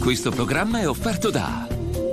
Questo programma è offerto da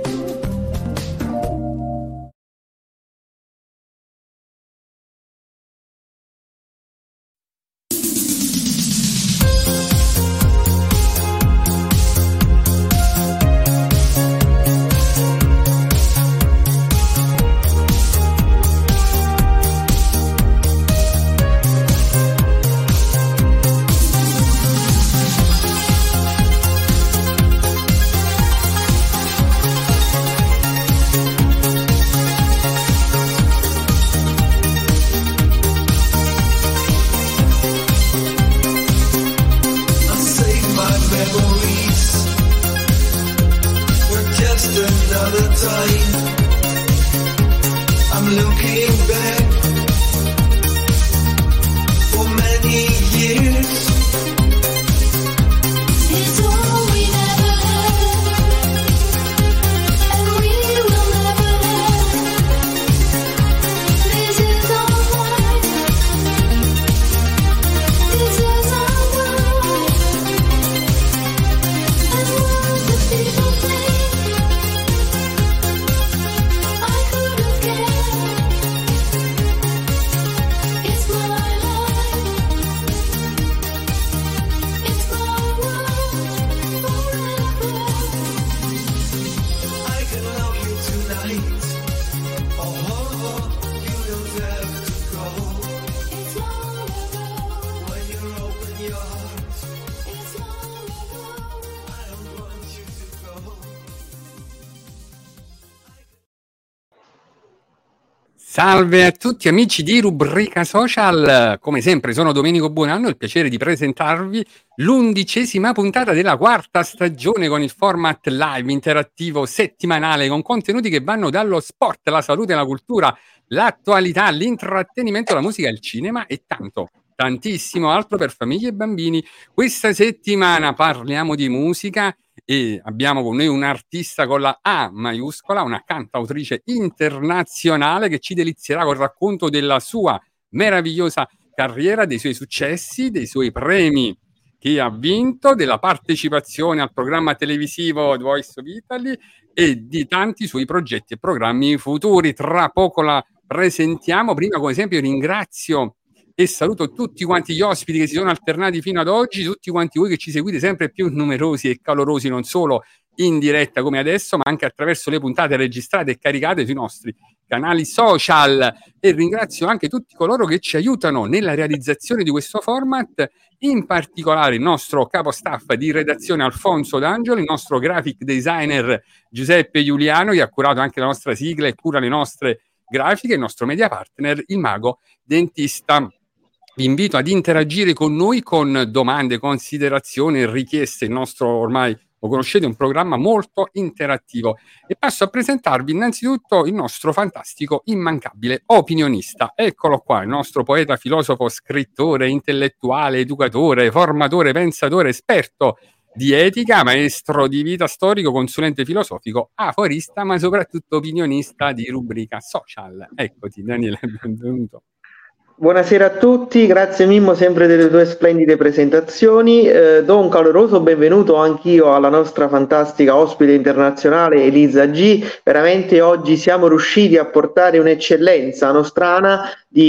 Salve a tutti amici di Rubrica Social, come sempre sono Domenico Buonanno, ho il piacere di presentarvi l'11ª puntata della quarta stagione con il format live interattivo settimanale con contenuti che vanno dallo sport, la salute, la cultura, l'attualità, l'intrattenimento, la musica, il cinema e tantissimo altro per famiglie e bambini. Questa settimana parliamo di musica e abbiamo con noi un'artista con la A maiuscola, una cantautrice internazionale che ci delizierà col racconto della sua meravigliosa carriera, dei suoi successi, dei suoi premi che ha vinto, della partecipazione al programma televisivo The Voice of Italy e di tanti suoi progetti e programmi futuri. Tra poco la presentiamo. Prima, come esempio, ringrazio e saluto tutti quanti gli ospiti che si sono alternati fino ad oggi, tutti quanti voi che ci seguite sempre più numerosi e calorosi, non solo in diretta come adesso, ma anche attraverso le puntate registrate e caricate sui nostri canali social. E ringrazio anche tutti coloro che ci aiutano nella realizzazione di questo format, in particolare il nostro capo staff di redazione Alfonso D'Angelo, il nostro graphic designer Giuseppe Giuliano, che ha curato anche la nostra sigla e cura le nostre grafiche, il nostro media partner, il Mago Dentista. Vi invito ad interagire con noi con domande, considerazioni, richieste. Il nostro, ormai lo conoscete, è un programma molto interattivo. E passo a presentarvi innanzitutto il nostro fantastico, immancabile opinionista. Eccolo qua, il nostro poeta, filosofo, scrittore, intellettuale, educatore, formatore, pensatore, esperto di etica, maestro di vita, storico, consulente filosofico, aforista, ma soprattutto opinionista di Rubrica Social. Eccoti, Daniele, benvenuto. Buonasera a tutti, grazie Mimmo sempre delle tue splendide presentazioni. Do un caloroso benvenuto anch'io alla nostra fantastica ospite internazionale Elisa G. Veramente oggi siamo riusciti a portare un'eccellenza nostrana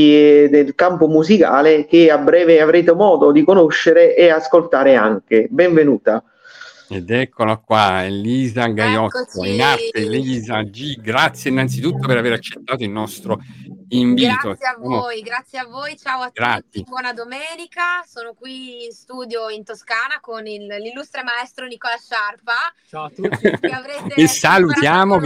del campo musicale che a breve avrete modo di conoscere e ascoltare anche. Benvenuta. Ed eccola qua, Elisa Gaiotto, in arte Elisa G. Grazie innanzitutto per aver accettato il nostro invito. Grazie a voi, ciao a tutti, buona domenica. Sono qui in studio in Toscana con l'illustre maestro Nicola Sciarpa. Ciao a tutti. Che avrete e salutiamo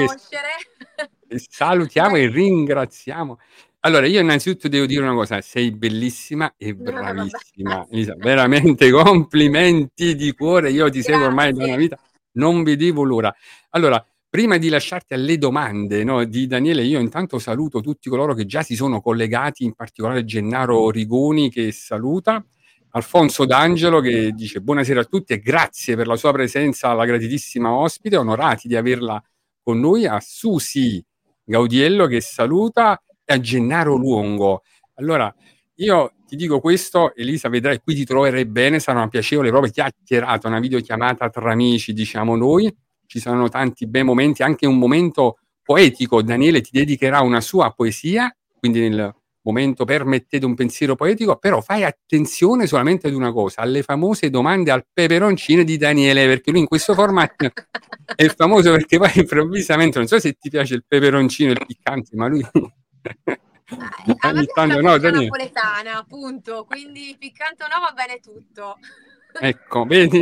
e ringraziamo. Allora, io innanzitutto devo dire una cosa, sei bellissima e bravissima, Elisa, veramente complimenti di cuore, io ti seguo ormai da una vita, non vedevo l'ora. Allora, prima di lasciarti alle domande, no, di Daniele, io intanto saluto tutti coloro che già si sono collegati, in particolare Gennaro Rigoni che saluta, Alfonso D'Angelo che dice buonasera a tutti e grazie per la sua presenza, alla gratitissima ospite, onorati di averla con noi, a Susi Gaudiello che saluta, a Gennaro Luongo. Allora, io ti dico questo, Elisa, vedrai, qui ti troverai bene, sarà una piacevole proprio chiacchierata, una videochiamata tra amici, diciamo noi. Ci saranno tanti bei momenti, anche un momento poetico. Daniele ti dedicherà una sua poesia, quindi nel momento permettete un pensiero poetico, però fai attenzione solamente ad una cosa, alle famose domande al peperoncino di Daniele, perché lui in questo format è famoso perché poi improvvisamente, non so se ti piace il peperoncino, il piccante, ma lui a me ogni piace la tanto no, cucina Daniele. napoletana, appunto, quindi piccante o no va bene tutto. Ecco, vedi?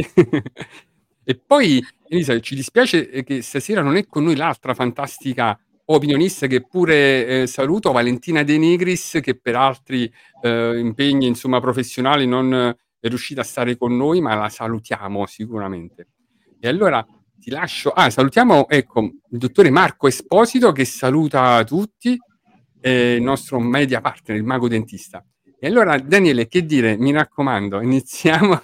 E poi, Elisa, ci dispiace che stasera non è con noi l'altra fantastica opinionista che pure saluto, Valentina De Nigris, che per altri impegni insomma, professionali non è riuscita a stare con noi, ma la salutiamo sicuramente. E allora ti lascio... salutiamo, ecco, il dottore Marco Esposito che saluta tutti, il nostro media partner, il mago dentista. E allora, Daniele, che dire? Mi raccomando, iniziamo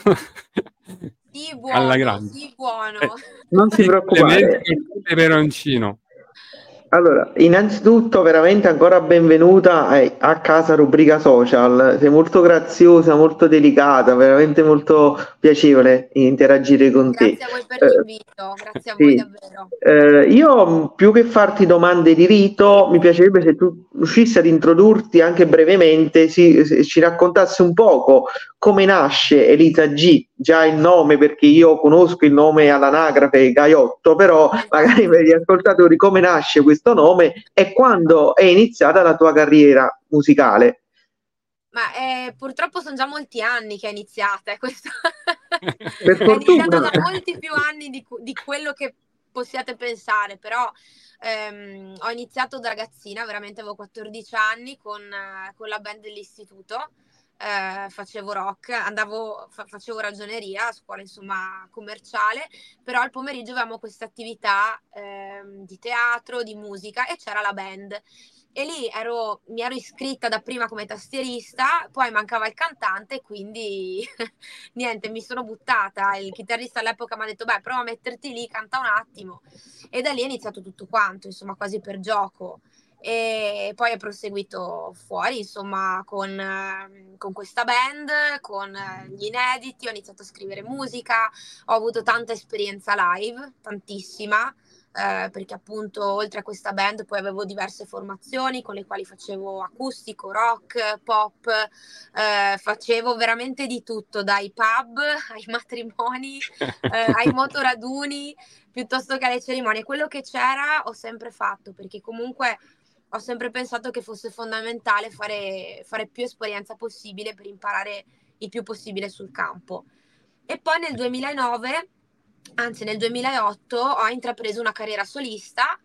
Sì, alla buono, grande. sì, buono. Non si preoccupare. Il peperoncino. Allora, innanzitutto veramente ancora benvenuta a casa Rubrica Social, sei molto graziosa, molto delicata, veramente molto piacevole interagire con te. Grazie a voi per l'invito, grazie a voi Sì. davvero. Io più che farti domande di rito, mi piacerebbe se tu riuscissi ad introdurti anche brevemente, se ci raccontassi un poco come nasce Elisa G, già il nome perché io conosco il nome all'anagrafe Gaiotto, però magari per gli ascoltatori come nasce questo nome e quando è iniziata la tua carriera musicale. Ma purtroppo sono già molti anni che è iniziata, questo Per è iniziata fortuna. da molti più anni di quello che possiate pensare, però ho iniziato da ragazzina, veramente avevo 14 anni con la band dell'istituto, facevo rock, facevo ragioneria a scuola insomma commerciale, però al pomeriggio avevamo questa attività di teatro, di musica e c'era la band. E lì mi ero iscritta da prima come tastierista, poi mancava il cantante, quindi niente, mi sono buttata. Il chitarrista all'epoca mi ha detto: beh, prova a metterti lì, canta un attimo. E da lì è iniziato tutto quanto, insomma, quasi per gioco. E poi è proseguito fuori, insomma, con questa band, con gli inediti, ho iniziato a scrivere musica, ho avuto tanta esperienza live, tantissima. Perché appunto oltre a questa band poi avevo diverse formazioni con le quali facevo acustico, rock, pop, facevo veramente di tutto, dai pub ai matrimoni, ai motoraduni, piuttosto che alle cerimonie. Quello che c'era ho sempre fatto, perché comunque ho sempre pensato che fosse fondamentale fare più esperienza possibile per imparare il più possibile sul campo. E poi nel 2009, anzi nel 2008, ho intrapreso una carriera solista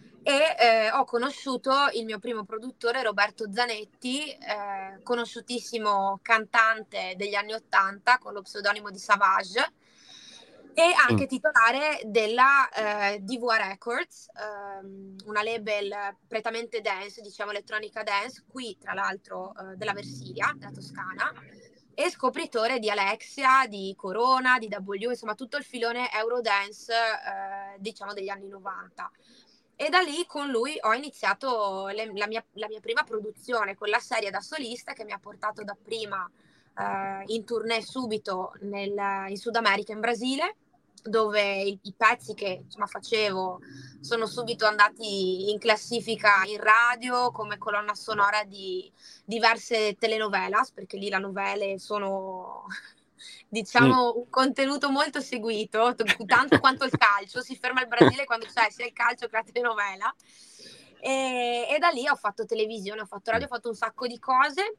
e ho conosciuto il mio primo produttore, Roberto Zanetti, conosciutissimo cantante degli anni '80 con lo pseudonimo di Savage e anche titolare della DVA Records, una label prettamente dance, diciamo elettronica dance, qui tra l'altro della Versilia, della Toscana, e scopritore di Alexia, di Corona, di W, insomma tutto il filone Eurodance, diciamo degli anni 90. E da lì con lui ho iniziato la mia prima produzione con la serie da solista che mi ha portato dapprima in tournée subito in Sud America, in Brasile, dove i pezzi che insomma facevo sono subito andati in classifica in radio come colonna sonora di diverse telenovelas, perché lì le novelle sono diciamo un contenuto molto seguito, tanto quanto il calcio, si ferma il Brasile quando c'è sia il calcio che la telenovela. E da lì ho fatto televisione, ho fatto radio, ho fatto un sacco di cose.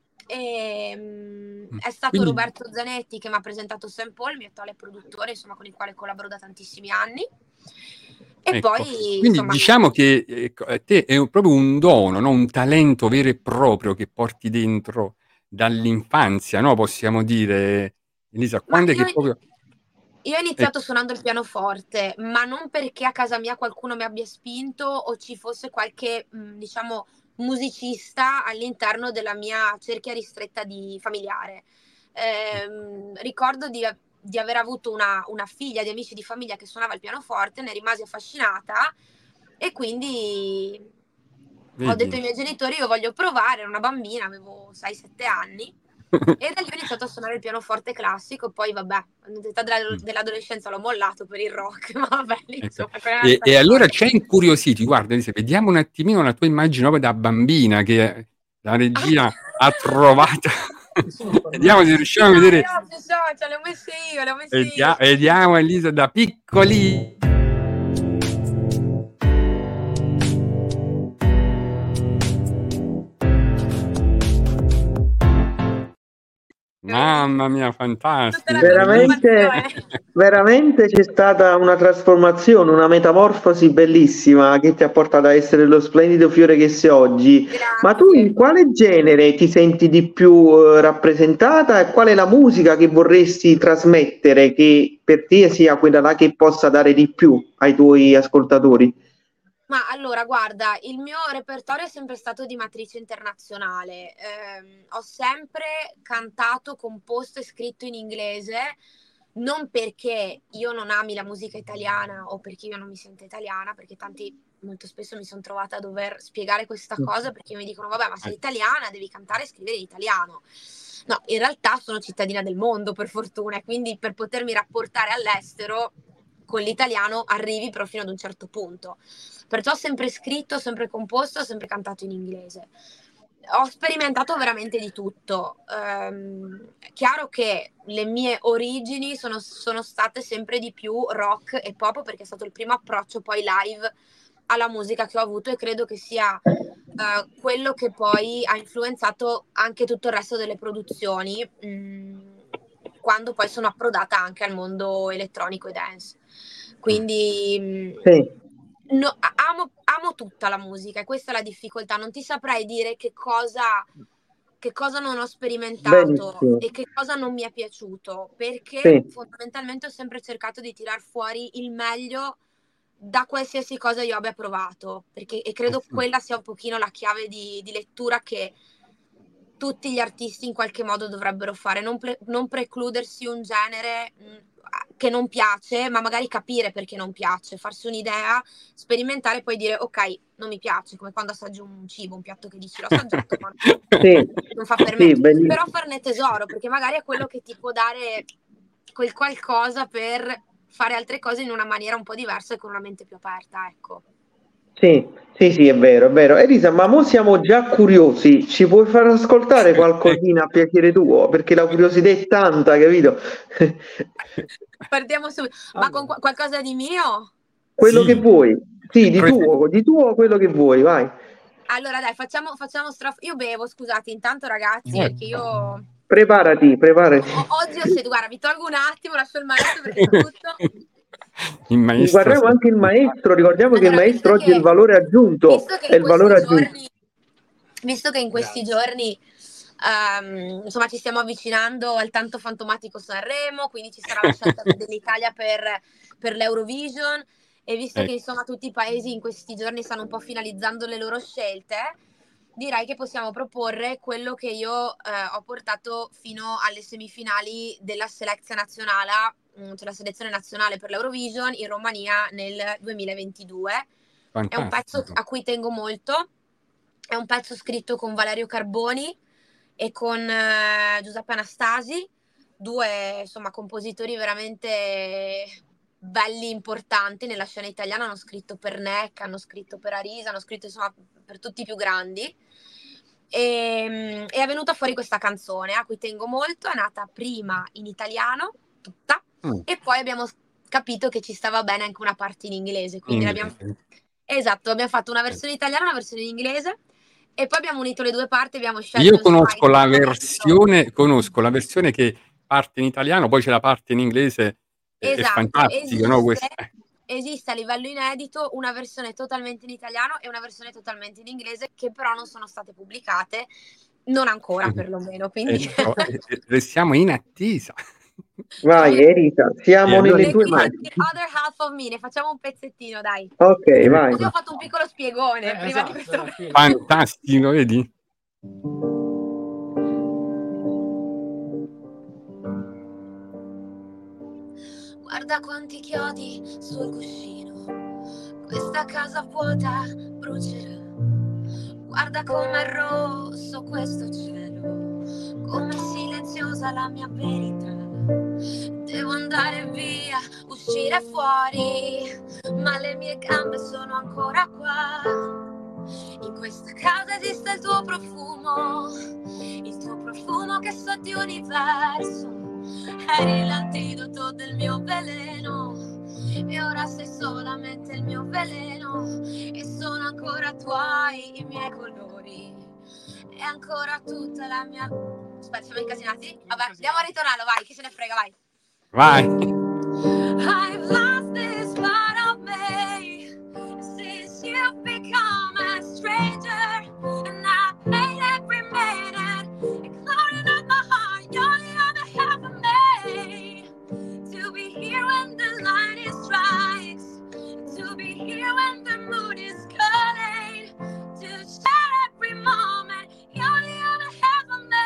È stato Quindi, Roberto Zanetti che mi ha presentato St. Paul, il mio attuale produttore, insomma, con il quale collaboro da tantissimi anni. E ecco, poi quindi insomma, diciamo che a te è proprio un dono, no? Un talento vero e proprio che porti dentro dall'infanzia, no? Possiamo dire, Elisa, quando è che proprio... Io ho iniziato suonando il pianoforte, ma non perché a casa mia qualcuno mi abbia spinto o ci fosse qualche, diciamo, musicista all'interno della mia cerchia ristretta di familiare. Ricordo di aver avuto una figlia di amici di famiglia che suonava il pianoforte, ne rimasi affascinata e quindi ho detto ai miei genitori: io voglio provare, ero una bambina, avevo 6-7 anni. E da lì ho iniziato a suonare il pianoforte classico, poi vabbè, all'età dell'adolescenza l'ho mollato per il rock, ma vabbè, lì, Ecco. insomma, quella è un'altra E allora storia. ci ha incuriositi, guarda, Elisa, vediamo un attimino la tua immagine proprio da bambina che la regia ha trovato. Vediamo se riusciamo a vedere. No, sui social, le ho messe io. Vediamo Elisa da piccoli. Mamma mia, fantastico. Veramente c'è stata una trasformazione, una metamorfosi bellissima che ti ha portato a essere lo splendido fiore che sei oggi. Grazie. Ma tu in quale genere ti senti di più rappresentata e qual è la musica che vorresti trasmettere che per te sia quella là che possa dare di più ai tuoi ascoltatori? Ma allora, guarda, il mio repertorio è sempre stato di matrice internazionale. Ho sempre cantato, composto e scritto in inglese, non perché io non ami la musica italiana o perché io non mi sento italiana, perché molto spesso mi sono trovata a dover spiegare questa cosa perché mi dicono, vabbè, ma sei italiana, devi cantare e scrivere in italiano. No, in realtà sono cittadina del mondo, per fortuna, e quindi per potermi rapportare all'estero con l'italiano arrivi però fino ad un certo punto. Perciò ho sempre scritto, sempre composto, ho sempre cantato in inglese. Ho sperimentato veramente di tutto. Chiaro che le mie origini sono state sempre di più rock e pop, perché è stato il primo approccio poi live alla musica che ho avuto, e credo che sia quello che poi ha influenzato anche tutto il resto delle produzioni, quando poi sono approdata anche al mondo elettronico e dance. Quindi no, amo tutta la musica, e questa è la difficoltà. Non ti saprei dire che cosa non ho sperimentato. Benissimo. E che cosa non mi è piaciuto, perché fondamentalmente ho sempre cercato di tirar fuori il meglio da qualsiasi cosa io abbia provato, e credo quella sia un pochino la chiave di lettura che tutti gli artisti in qualche modo dovrebbero fare, non precludersi un genere che non piace, ma magari capire perché non piace, farsi un'idea, sperimentare e poi dire ok, non mi piace, come quando assaggi un cibo, un piatto che dici l'ho assaggiato ma non fa per me, però farne tesoro, perché magari è quello che ti può dare quel qualcosa per fare altre cose in una maniera un po' diversa e con una mente più aperta, ecco. Sì, è vero, è vero. Elisa, ma mo siamo già curiosi, ci puoi far ascoltare qualcosina a piacere tuo? Perché la curiosità è tanta, capito? Partiamo subito. Ma con qualcosa di mio? Quello che vuoi. Sì, di tuo quello che vuoi, vai. Allora dai, facciamo strofa. Io bevo, scusate, intanto ragazzi, perché io... Preparati. Oggi ho seduto, guarda, mi tolgo un attimo, lascio il maestro perché tutto... Il maestro, guardiamo anche il maestro, ricordiamo allora, che il maestro oggi è il valore aggiunto. Visto che in questi giorni insomma ci stiamo avvicinando al tanto fantomatico Sanremo, quindi ci sarà la scelta dell'Italia per l'Eurovision, e visto che insomma tutti i paesi in questi giorni stanno un po' finalizzando le loro scelte, direi che possiamo proporre quello che io ho portato fino alle semifinali della selezione nazionale, cioè la selezione nazionale per l'Eurovision in Romania nel 2022. Fantastico. È un pezzo a cui tengo molto, è un pezzo scritto con Valerio Carboni e con Giuseppe Anastasi, due insomma compositori veramente belli, importanti nella scena italiana. Hanno scritto per Neck, hanno scritto per Arisa, hanno scritto insomma per tutti i più grandi, e è venuta fuori questa canzone a cui tengo molto. È nata prima in italiano tutta e poi abbiamo capito che ci stava bene anche una parte in inglese, quindi abbiamo fatto una versione italiana e una versione in inglese, e poi abbiamo unito le due parti. Abbiamo scelto, io conosco la versione che parte in italiano, poi c'è la parte in inglese. È fantastico, no? Esiste a livello inedito una versione totalmente in italiano e una versione totalmente in inglese, che però non sono state pubblicate, non ancora perlomeno, quindi restiamo in attesa. Vai Erika, siamo nelle tue mani. Other Half of Me, ne facciamo un pezzettino, dai. Ok, vai. Io ho fatto un piccolo spiegone prima di questo. Fantastico, vedi? Guarda quanti chiodi sul cuscino, questa casa vuota brucerà. Guarda com'è rosso questo cielo, come si tutta la mia verità. Devo andare via, uscire fuori, ma le mie gambe sono ancora qua. In questa casa esiste il tuo profumo che so di universo. Eri l'antidoto del mio veleno e ora sei solamente il mio veleno. E sono ancora tuoi i miei colori e ancora tutta la mia... Aspetta, siamo incasinati? Vabbè, andiamo a ritornarlo, vai, chi se ne frega, vai. Vai. I've lost this part of me since you've become a stranger, and I hate every minute, including up my heart. You're the other half of me. To be here when the light is strikes, to be here when the mood is calling, to share every moment. You're the other half of me.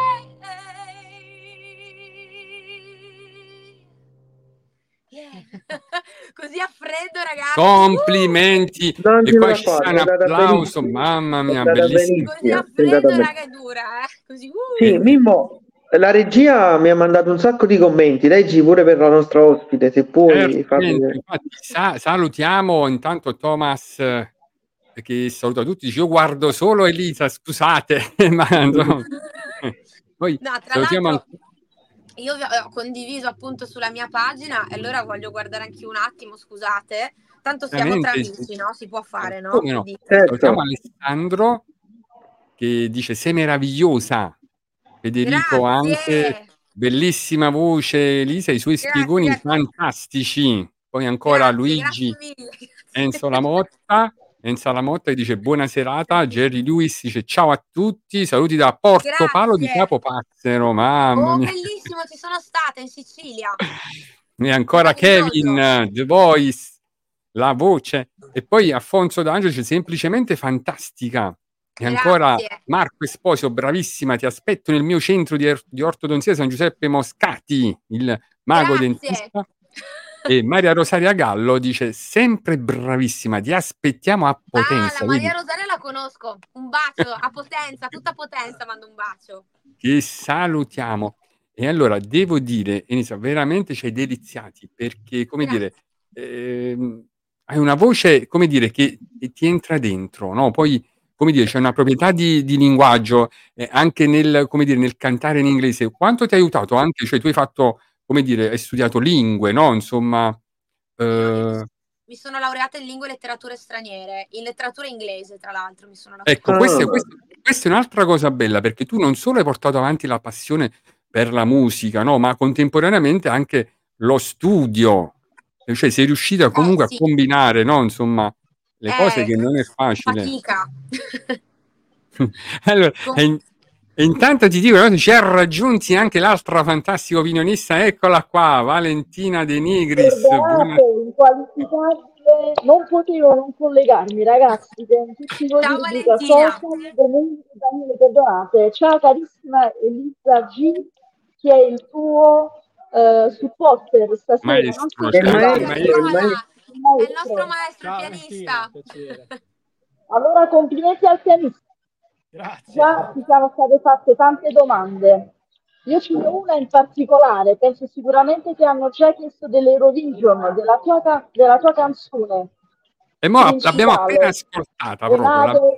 Yeah. Così a freddo, ragazzi. Complimenti. Non E ci qua la ci faccio, sta un è andata applauso, benissimo. mamma È mia, andata bellissimo. Così a benissimo, è andata freddo, benissimo. raga, è dura, così. Sì, Mimmo, la regia mi ha mandato un sacco di commenti, leggi pure per la nostra ospite, se puoi farli. Certamente, infatti salutiamo intanto Thomas che saluta tutti, dice io guardo solo Elisa, scusate, ma insomma, poi No, tra salutiamo l'altro io vi ho condiviso appunto sulla mia pagina e allora voglio guardare anche un attimo, scusate. Tanto siamo tra veramente, amici, no? Si può fare, no? come no? Quindi... Salutiamo Certo. Alessandro che dice sei meravigliosa, Federico anche, Grazie. bellissima voce Elisa, i suoi spiegoni Grazie. fantastici, poi ancora Luigi Grazie mille. Enzo Lamotta che dice buona serata, Jerry Lewis dice ciao a tutti, saluti da Portopalo di Grazie. Capopazzero, mamma Oh, mia. bellissimo, ci sono stata in Sicilia. E ancora Meraviglioso. Kevin, The Voice, la voce, e poi Afonso D'Angelo dice semplicemente fantastica. E ancora Grazie. Marco Esposito, bravissima, ti aspetto nel mio centro di ortodonzia San Giuseppe Moscati, il mago Grazie. dentista. E Maria Rosaria Gallo dice sempre bravissima, ti aspettiamo a Potenza. La Maria Vedi Rosaria la conosco. Un bacio a Potenza, tutta Potenza mando un bacio. che salutiamo. E allora devo dire, Elisa, veramente ci hai deliziati perché, come dire, hai una voce, come dire, che ti entra dentro, no? Poi, come dire, c'è una proprietà di linguaggio anche nel, come dire, nel cantare in inglese. Quanto ti ha aiutato anche, cioè tu hai fatto, come dire, hai studiato lingue, no? Insomma, Mi sono laureata in lingue e letterature straniere, in letteratura inglese, tra l'altro. ecco, questa è un'altra cosa bella, perché tu non solo hai portato avanti la passione per la musica, no? Ma contemporaneamente anche lo studio. Cioè sei riuscita comunque Sì. a combinare, no? Insomma, le cose che non è facile. Fatica. Allora, e intanto ti dico, ci ha raggiunti anche l'altra fantastica opinionista, eccola qua, Valentina De Nigris. Inqualificabile, non potevo non collegarmi, ragazzi, con tutti voi Ciao, di Rubrica Valentina. Social, Daniele Perdonate. Ciao carissima Elisa G, che è il tuo supporter stasera. Maestro, non ciao, so È il nostro maestro Ciao, pianista. piacere. Allora, complimenti al pianista. Grazie. Già ci siamo state fatte tante domande. Io ce n'ho una in particolare, penso sicuramente che hanno già chiesto dell'Eurovision, della tua canzone. E mo l'abbiamo appena ascoltata proprio.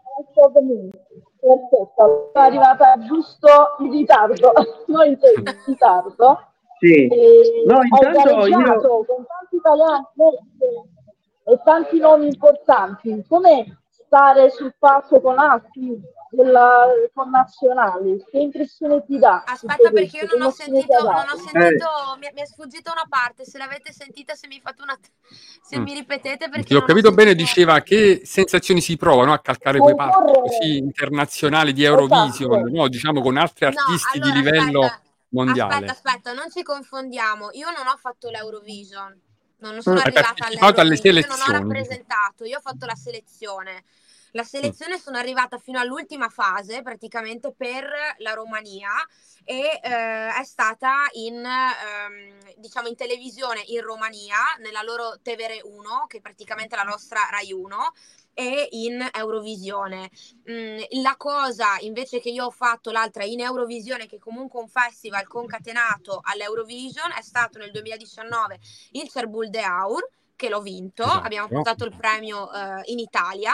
Perfetto, è arrivata giusto in ritardo, noi in ritardo. Sì. No, intanto io... con tanti italiani e tanti nomi importanti. Com'è stare sul palco con altri connazionali? Che impressione ti dà? Aspetta, perché io non ho sentito, mi è sfuggita una parte. Se l'avete sentita, se mi fate se mi ripetete, perché ti ho capito bene, diceva che sensazioni si provano a calcare quei palchi così internazionali di Eurovision, no? Diciamo con altri artisti di livello mondiale. Aspetta, non ci confondiamo. Io non ho fatto l'Eurovision. Non sono Hai arrivata partecipato alle all'Eurovision, io non ho selezioni. rappresentato, io ho fatto la selezione. La selezione sono arrivata fino all'ultima fase, praticamente per la Romania, e è stata diciamo in televisione in Romania, nella loro TVR1, che è praticamente la nostra Rai 1, e in Eurovisione. La cosa invece che io ho fatto, l'altra in Eurovisione, che comunque un festival concatenato all'Eurovision, è stato nel 2019 il Cerbul de Aur, che l'ho vinto, abbiamo portato il premio in Italia.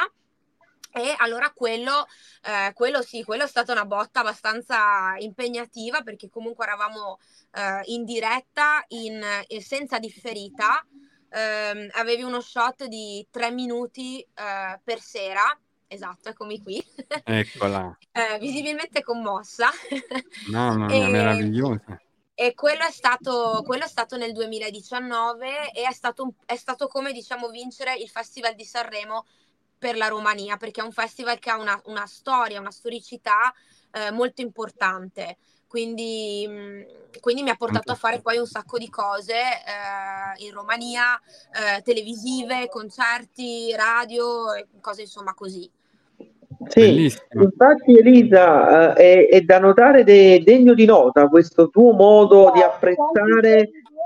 E allora quello sì, quello è stata una botta abbastanza impegnativa, perché comunque eravamo in diretta, senza differita. Avevi uno shot di 3 minuti per sera, esatto, eccomi qui. Eccola. Visibilmente commossa. Mamma mia, E, meravigliosa. e quello è stato nel 2019, e è stato come, diciamo, vincere il Festival di Sanremo per la Romania, perché è un festival che ha una storia, una storicità molto importante. Quindi mi ha portato a fare poi un sacco di cose in Romania, televisive, concerti, radio, cose insomma così. Sì, Bellissimo. infatti Elisa, è da notare degno di nota questo tuo modo di apprezzare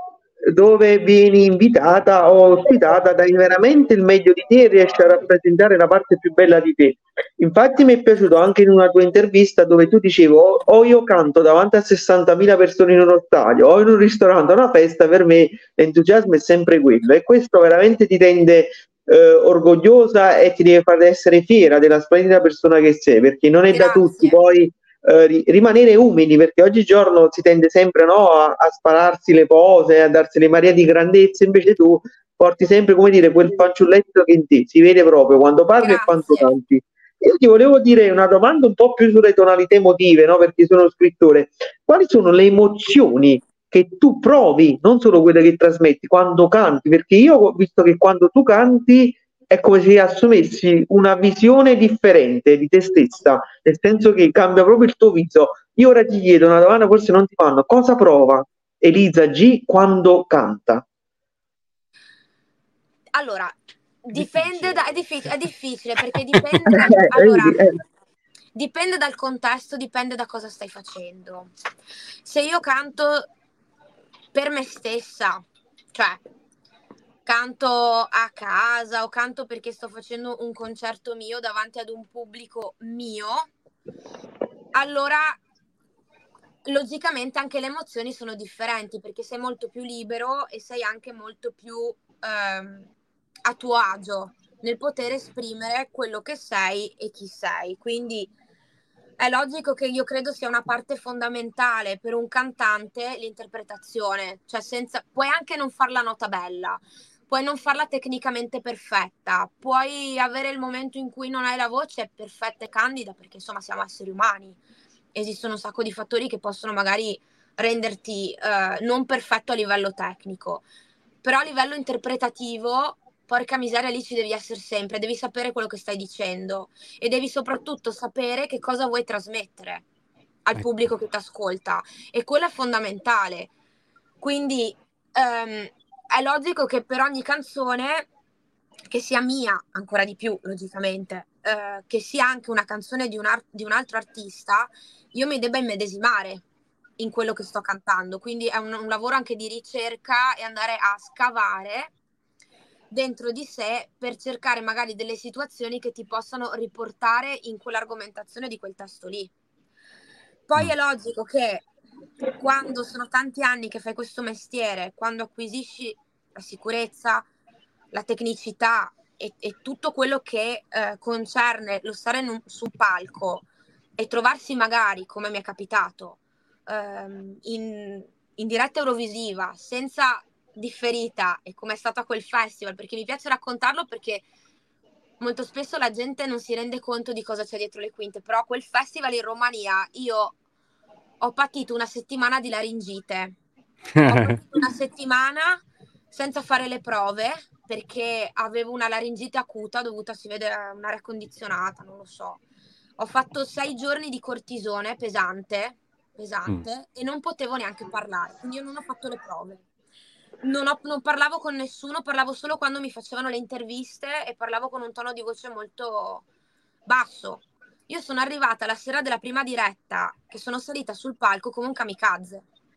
dove vieni invitata o ospitata, dai veramente il meglio di te e riesci a rappresentare la parte più bella di te. Infatti mi è piaciuto anche in una tua intervista dove tu dicevi o io canto davanti a 60.000 persone in uno stadio o in un ristorante, una festa, per me l'entusiasmo è sempre quello, e questo veramente ti rende orgogliosa e ti deve far essere fiera della splendida persona che sei, perché non è da tutti poi rimanere umili, perché oggigiorno si tende sempre, no, a spararsi le pose, a darsi le marie di grandezza, invece tu porti sempre, come dire, quel fanciulletto che in te si vede proprio quando parli e quando canti. Io ti volevo dire una domanda un po' più sulle tonalità emotive, no? Perché sono scrittore. Quali sono le emozioni che tu provi, non solo quelle che trasmetti, quando canti? Perché io ho visto che quando tu canti è come se assumessi una visione differente di te stessa, nel senso che cambia proprio il tuo viso. Io ora ti chiedo una domanda, forse non ti fanno: cosa prova Elisa G quando canta? Allora, dipende è difficile perché dipende allora, dipende dal contesto, dipende da cosa stai facendo. Se io canto per me stessa, cioè canto a casa o canto perché sto facendo un concerto mio davanti ad un pubblico mio, allora logicamente anche le emozioni sono differenti, perché sei molto più libero e sei anche molto più a tuo agio nel poter esprimere quello che sei e chi sei. Quindi è logico che io credo sia una parte fondamentale per un cantante l'interpretazione, cioè puoi anche non far la nota bella, puoi non farla tecnicamente perfetta, puoi avere il momento in cui non hai la voce perfetta e candida, perché insomma siamo esseri umani, esistono un sacco di fattori che possono magari renderti non perfetto a livello tecnico, però a livello interpretativo, porca miseria, lì ci devi essere sempre, devi sapere quello che stai dicendo e devi soprattutto sapere che cosa vuoi trasmettere al pubblico che ti ascolta, e quello è fondamentale. Quindi è logico che per ogni canzone, che sia mia ancora di più logicamente, che sia anche una canzone di un altro artista, io mi debba immedesimare in quello che sto cantando. Quindi è un lavoro anche di ricerca e andare a scavare dentro di sé per cercare magari delle situazioni che ti possano riportare in quell'argomentazione di quel testo lì. Poi è logico che quando sono tanti anni che fai questo mestiere, quando acquisisci la sicurezza, la tecnicità e tutto quello che concerne lo stare su un palco e trovarsi magari, come mi è capitato, in diretta Eurovisiva, senza differita, e come è stato a quel festival, perché mi piace raccontarlo, perché molto spesso la gente non si rende conto di cosa c'è dietro le quinte, però quel festival in Romania io ho patito una settimana di laringite, ho patito una settimana senza fare le prove perché avevo una laringite acuta dovuta, si vede, a un'aria condizionata, non lo so. Ho fatto 6 giorni di cortisone pesante e non potevo neanche parlare, quindi io non ho fatto le prove. Non parlavo con nessuno, parlavo solo quando mi facevano le interviste e parlavo con un tono di voce molto basso. Io sono arrivata la sera della prima diretta, che sono salita sul palco come un kamikaze.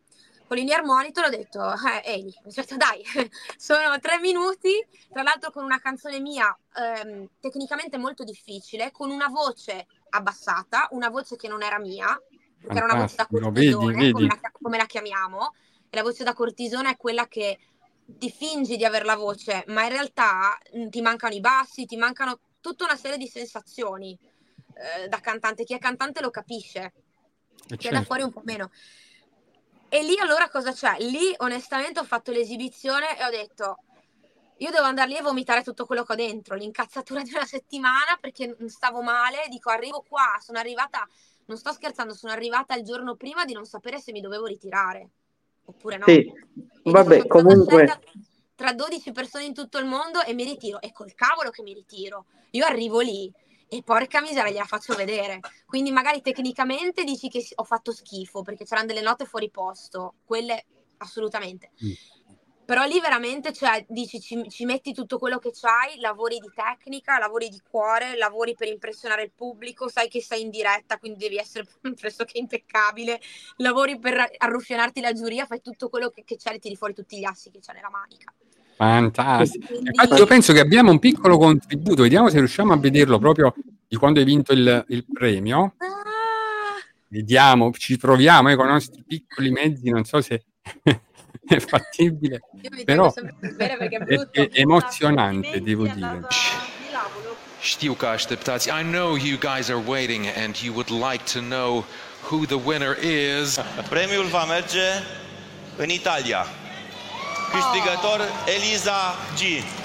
con l'in-ear monitor ho detto, Eli, aspetta, dai, sono 3 minuti, tra l'altro con una canzone mia tecnicamente molto difficile, con una voce abbassata, una voce che non era mia, perché era una voce da Fantastico, cortisone, vedi. come la chiamiamo, e la voce da cortisone è quella che ti fingi di avere la voce, ma in realtà ti mancano i bassi, ti mancano tutta una serie di sensazioni da cantante. Chi è cantante lo capisce, chi è da fuori un po' meno. E lì allora cosa c'è? Lì onestamente ho fatto l'esibizione e ho detto io devo andare lì e vomitare tutto quello che ho dentro, l'incazzatura di una settimana perché stavo male, dico arrivo qua, sono arrivata, non sto scherzando, sono arrivata il giorno prima di non sapere se mi dovevo ritirare oppure no. Sì, E vabbè, dico, sono stata comunque... scelta tra 12 persone in tutto il mondo e mi ritiro, e col cavolo che mi ritiro, io arrivo lì e porca miseria gliela faccio vedere, quindi magari tecnicamente dici che ho fatto schifo perché c'erano delle note fuori posto, quelle assolutamente, però lì veramente, cioè, dici ci metti tutto quello che c'hai, lavori di tecnica, lavori di cuore, lavori per impressionare il pubblico, sai che sei in diretta, quindi devi essere pressoché impeccabile, lavori per arruffianarti la giuria, fai tutto quello che c'è e tiri fuori tutti gli assi che c'è nella manica. Fantastico. Quindi... Infatti io penso che abbiamo un piccolo contributo, vediamo se riusciamo a vederlo proprio di quando hai vinto il premio. Vediamo, ci proviamo con i nostri piccoli mezzi, non so se è fattibile, Io mi tengo però sempre per bene perché è brutto. è emozionante, devo dire. Știu că așteptați. I know you guys are waiting and you would like to know who the winner is. Premiul va merge în Italia. Câștigător Eliza G.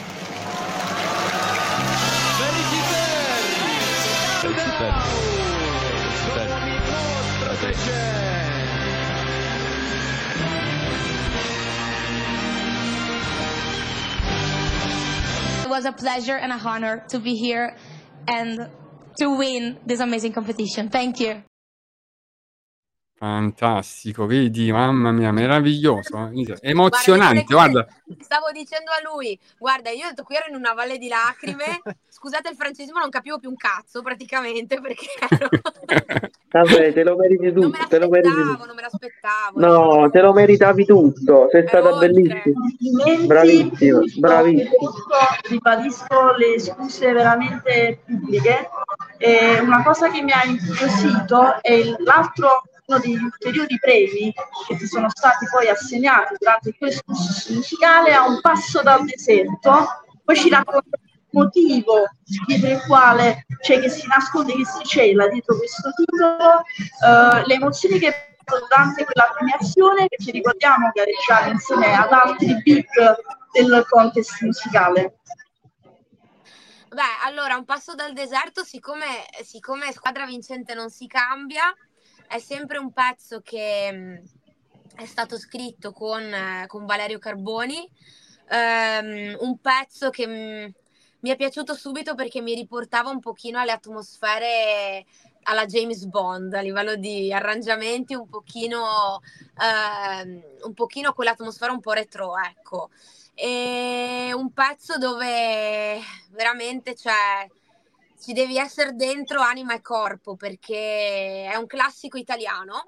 It was a pleasure and a honor to be here and to win this amazing competition. Thank you. Fantastico, vedi, mamma mia, meraviglioso, emozionante, guarda. Stavo dicendo a lui, guarda, io ho detto qui ero in una valle di lacrime, scusate il francesismo, non capivo più un cazzo praticamente perché ero... Vabbè, te lo meriti tutto, non me l'aspettavo. No, te lo meritavi tutto, sei stata bellissima. Bravissima, bravissima. Ribadisco le scuse veramente pubbliche. Una cosa che mi ha incuriosito è uno degli ulteriori premi che ti sono stati poi assegnati durante il tuo escursus musicale a Un passo dal deserto. Poi ci racconti il motivo dietro il quale, cioè che si nasconde, che si cela dietro questo titolo, le emozioni che durante quella premiazione, che ci ricordiamo gareggiare insieme ad altri big del contest musicale. Beh, allora, Un passo dal deserto, siccome squadra vincente non si cambia, è sempre un pezzo che è stato scritto con Valerio Carboni, un pezzo che mi è piaciuto subito perché mi riportava un pochino alle atmosfere alla James Bond, a livello di arrangiamenti, un pochino quell'atmosfera un po' retro, ecco. E un pezzo dove veramente ci devi essere dentro anima e corpo, perché è un classico italiano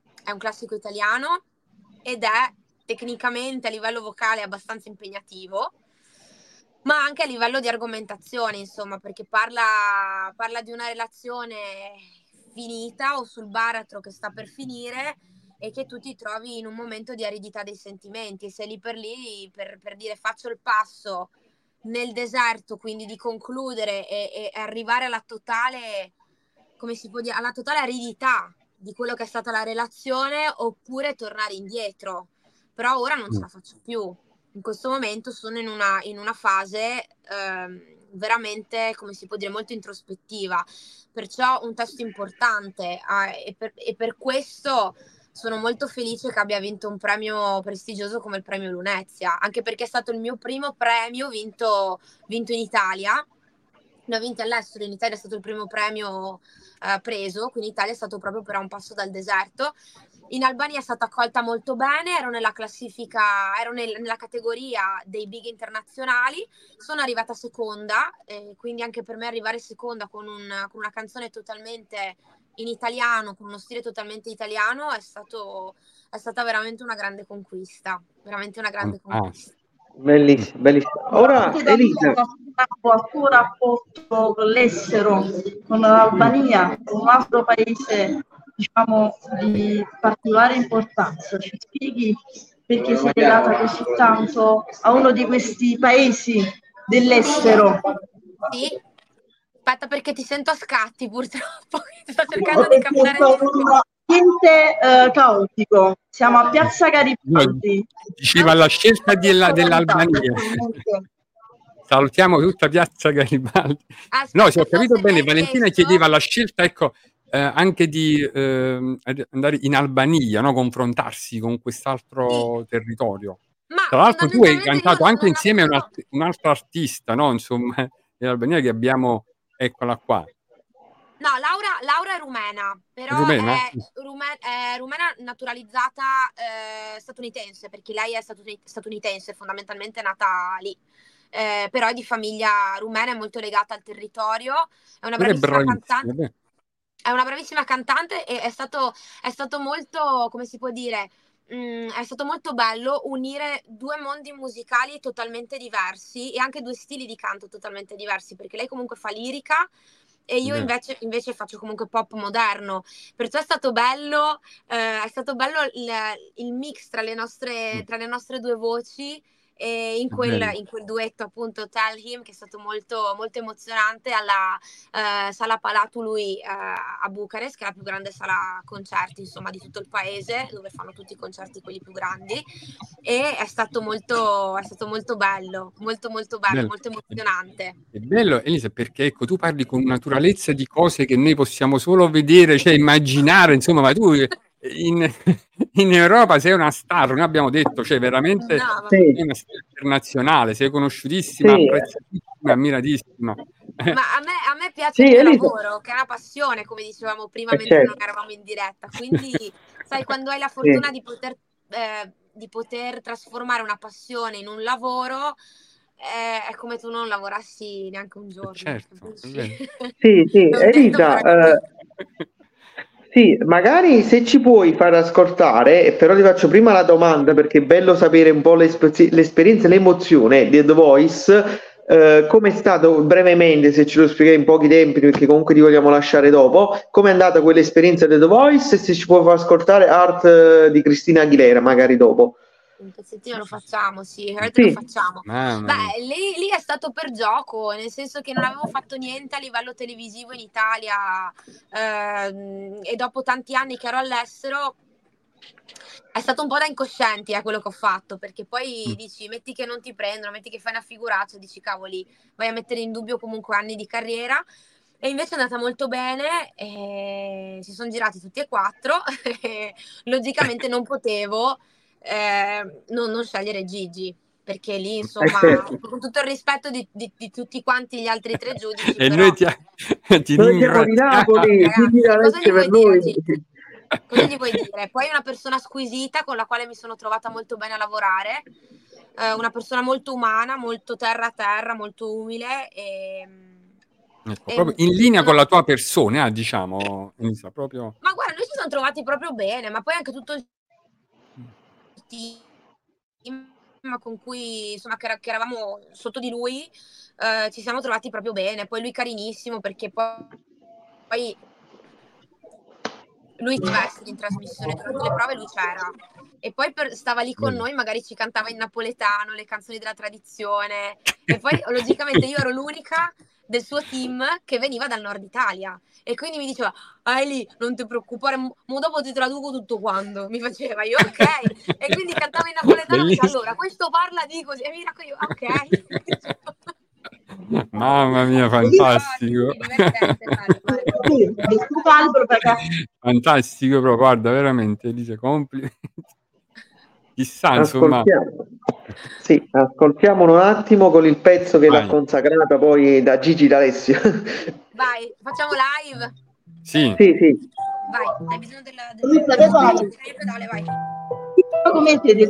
ed è tecnicamente a livello vocale abbastanza impegnativo, ma anche a livello di argomentazione, insomma, perché parla di una relazione finita o sul baratro che sta per finire e che tu ti trovi in un momento di aridità dei sentimenti e sei lì per dire faccio il passo nel deserto, quindi di concludere e arrivare alla totale, come si può dire, alla totale aridità di quello che è stata la relazione, oppure tornare indietro. Però ora non ce la faccio più. In questo momento sono in una fase veramente, come si può dire, molto introspettiva. Perciò un testo importante e per questo sono molto felice che abbia vinto un premio prestigioso come il premio Lunezia, anche perché è stato il mio primo premio vinto in Italia. Ne ho vinti all'estero, in Italia è stato il primo premio preso, quindi in Italia è stato proprio per Un passo dal deserto. In Albania è stata accolta molto bene, ero nella classifica, ero nella categoria dei big internazionali, sono arrivata seconda, quindi anche per me arrivare seconda con una canzone totalmente in italiano, con uno stile totalmente italiano, è stato è stata veramente una grande conquista, veramente una grande conquista. Bellissimo, bellissimo. Ora Elisa, al tuo rapporto con l'estero, con l'Albania, con un altro paese, diciamo, di particolare importanza. Ci spieghi perché sei legata così tanto a uno di questi paesi dell'estero? Sì. Aspetta, perché ti sento a scatti, purtroppo. Sto cercando di camminare giù. Niente caotico. Siamo a Piazza Garibaldi. Diceva la scelta dell'Albania. Salutiamo tutta Piazza Garibaldi. Aspetta, No, se ho capito bene, mi hai Valentina chiesto- chiedeva la scelta, ecco, anche di andare in Albania, no? Confrontarsi con quest'altro territorio. Ma Tra l'altro tu hai fondamentalmente io cantato anche non insieme a nascondo- un altro artista, no? Insomma, in Albania che abbiamo, eccola qua. No, Laura è rumena, però Rumena? è rumena naturalizzata statunitense, perché lei è statunitense, fondamentalmente è nata lì. Però è di famiglia rumena, è molto legata al territorio, è una Però è bravissima bravissima, cantante. beh. È una bravissima cantante e è stato molto, come si può dire, è stato molto bello unire due mondi musicali totalmente diversi e anche due stili di canto totalmente diversi, perché lei comunque fa lirica e io Beh. invece faccio comunque pop moderno. Perciò è stato bello il mix tra le nostre due voci. E in Bello. quel duetto appunto Tell Him, che è stato molto, molto emozionante alla Sala Palatului a Bucarest, che è la più grande sala concerti insomma di tutto il paese, dove fanno tutti i concerti quelli più grandi, e è stato molto bello, molto molto bello, Bello. molto emozionante. È bello, Elisa, perché ecco, tu parli con naturalezza di cose che noi possiamo solo vedere, cioè immaginare, insomma, ma tu in Europa sei una star, noi abbiamo detto, cioè veramente No, sì, sei una star internazionale, sei conosciutissima, sì, apprezzatissima, ammiratissima. ma a me piace sì, il mio Elisa, lavoro, che è una passione, come dicevamo prima mentre non certo, eravamo in diretta. Quindi, sai, quando hai la sì, fortuna di poter trasformare una passione in un lavoro, è come tu non lavorassi neanche un giorno, Certo, è capisci? vero. sì, sì, È un detto Elisa, meraviglioso. sì, magari se ci puoi far ascoltare, però ti faccio prima la domanda perché è bello sapere un po' l'esperienza, l'emozione di The Voice, come è stato brevemente, se ce lo spieghi in pochi tempi, perché comunque ti vogliamo lasciare dopo, come è andata quell'esperienza di The Voice e se ci puoi far ascoltare Art di Cristina Aguilera, magari dopo. Un pezzettino lo facciamo, sì, Heard lo Sì, facciamo. Mamma mia. Beh, lì è stato per gioco, nel senso che non avevo fatto niente a livello televisivo in Italia e dopo tanti anni che ero all'estero è stato un po' da incoscienti quello che ho fatto, perché poi dici, metti che non ti prendono, metti che fai una figuraccia, dici cavoli, vai a mettere in dubbio comunque anni di carriera. E invece è andata molto bene, e si sono girati tutti e quattro e logicamente non potevo non scegliere Gigi, perché lì insomma, certo. con tutto il rispetto di tutti quanti gli altri tre giudici, E però noi ti Noi siamo di ringraziamo. Napoli, Gigi ragazzi, cosa D'Alessio gli per vuoi dire a noi. Gigi? Cosa gli vuoi dire? Poi è una persona squisita con la quale mi sono trovata molto bene a lavorare, una persona molto umana, molto terra a terra, molto umile Ecco, e proprio in linea con la tua persona, diciamo, Elisa, proprio. ma guarda, noi ci siamo trovati proprio bene, ma poi anche tutto il team con cui insomma che eravamo sotto di lui, ci siamo trovati proprio bene. Poi lui carinissimo, perché poi lui doveva essere in trasmissione durante le prove, lui c'era. E poi stava lì con noi, magari ci cantava in napoletano le canzoni della tradizione. E poi logicamente io ero l'unica del suo team che veniva dal nord Italia. E quindi mi diceva, Eli, non ti preoccupare, mo dopo ti traduco tutto quanto. Mi faceva, io ok. E quindi cantava in napoletano, mi diceva, Bellissimo. allora, questo parla di così. E mi raccoglio, io, ok. Mamma mia, fantastico. Sì, divertente, bello. Sì, del tuo calibro, perché Fantastico, però, guarda, veramente, Elisa, complimenti. Chissà, insomma, Ascoltiamo. Sì, ascoltiamolo un attimo con il pezzo che l'ha vai. consacrata poi da Gigi D'Alessio. Vai, facciamo live. Sì, Sì, sì. Vai, hai bisogno del pedale. pedale, vai. come siete?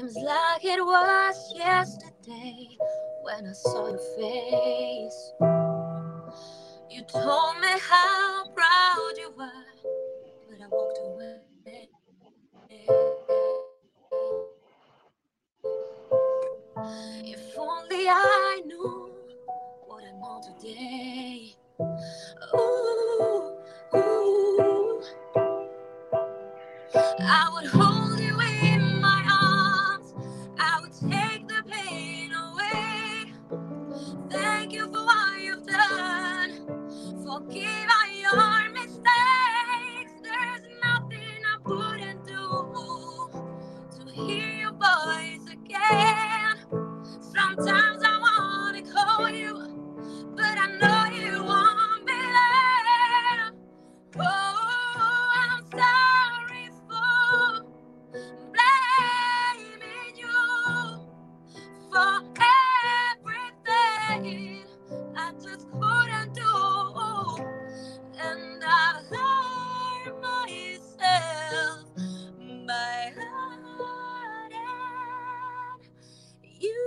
Seems like it was yesterday when I saw your face. You told me how proud you were, but I walked away. If only I knew what I know today. Ooh, ooh. I would hold you in my arms. I would take the pain away. Thank you for what you've done. Forgive all your mistakes. There's nothing I wouldn't do to hear your voice again. Sometimes I wanna call you, but I know you won't be there. Oh, I'm sorry for blaming you for everything I just couldn't do, and I hurt myself by hurting you.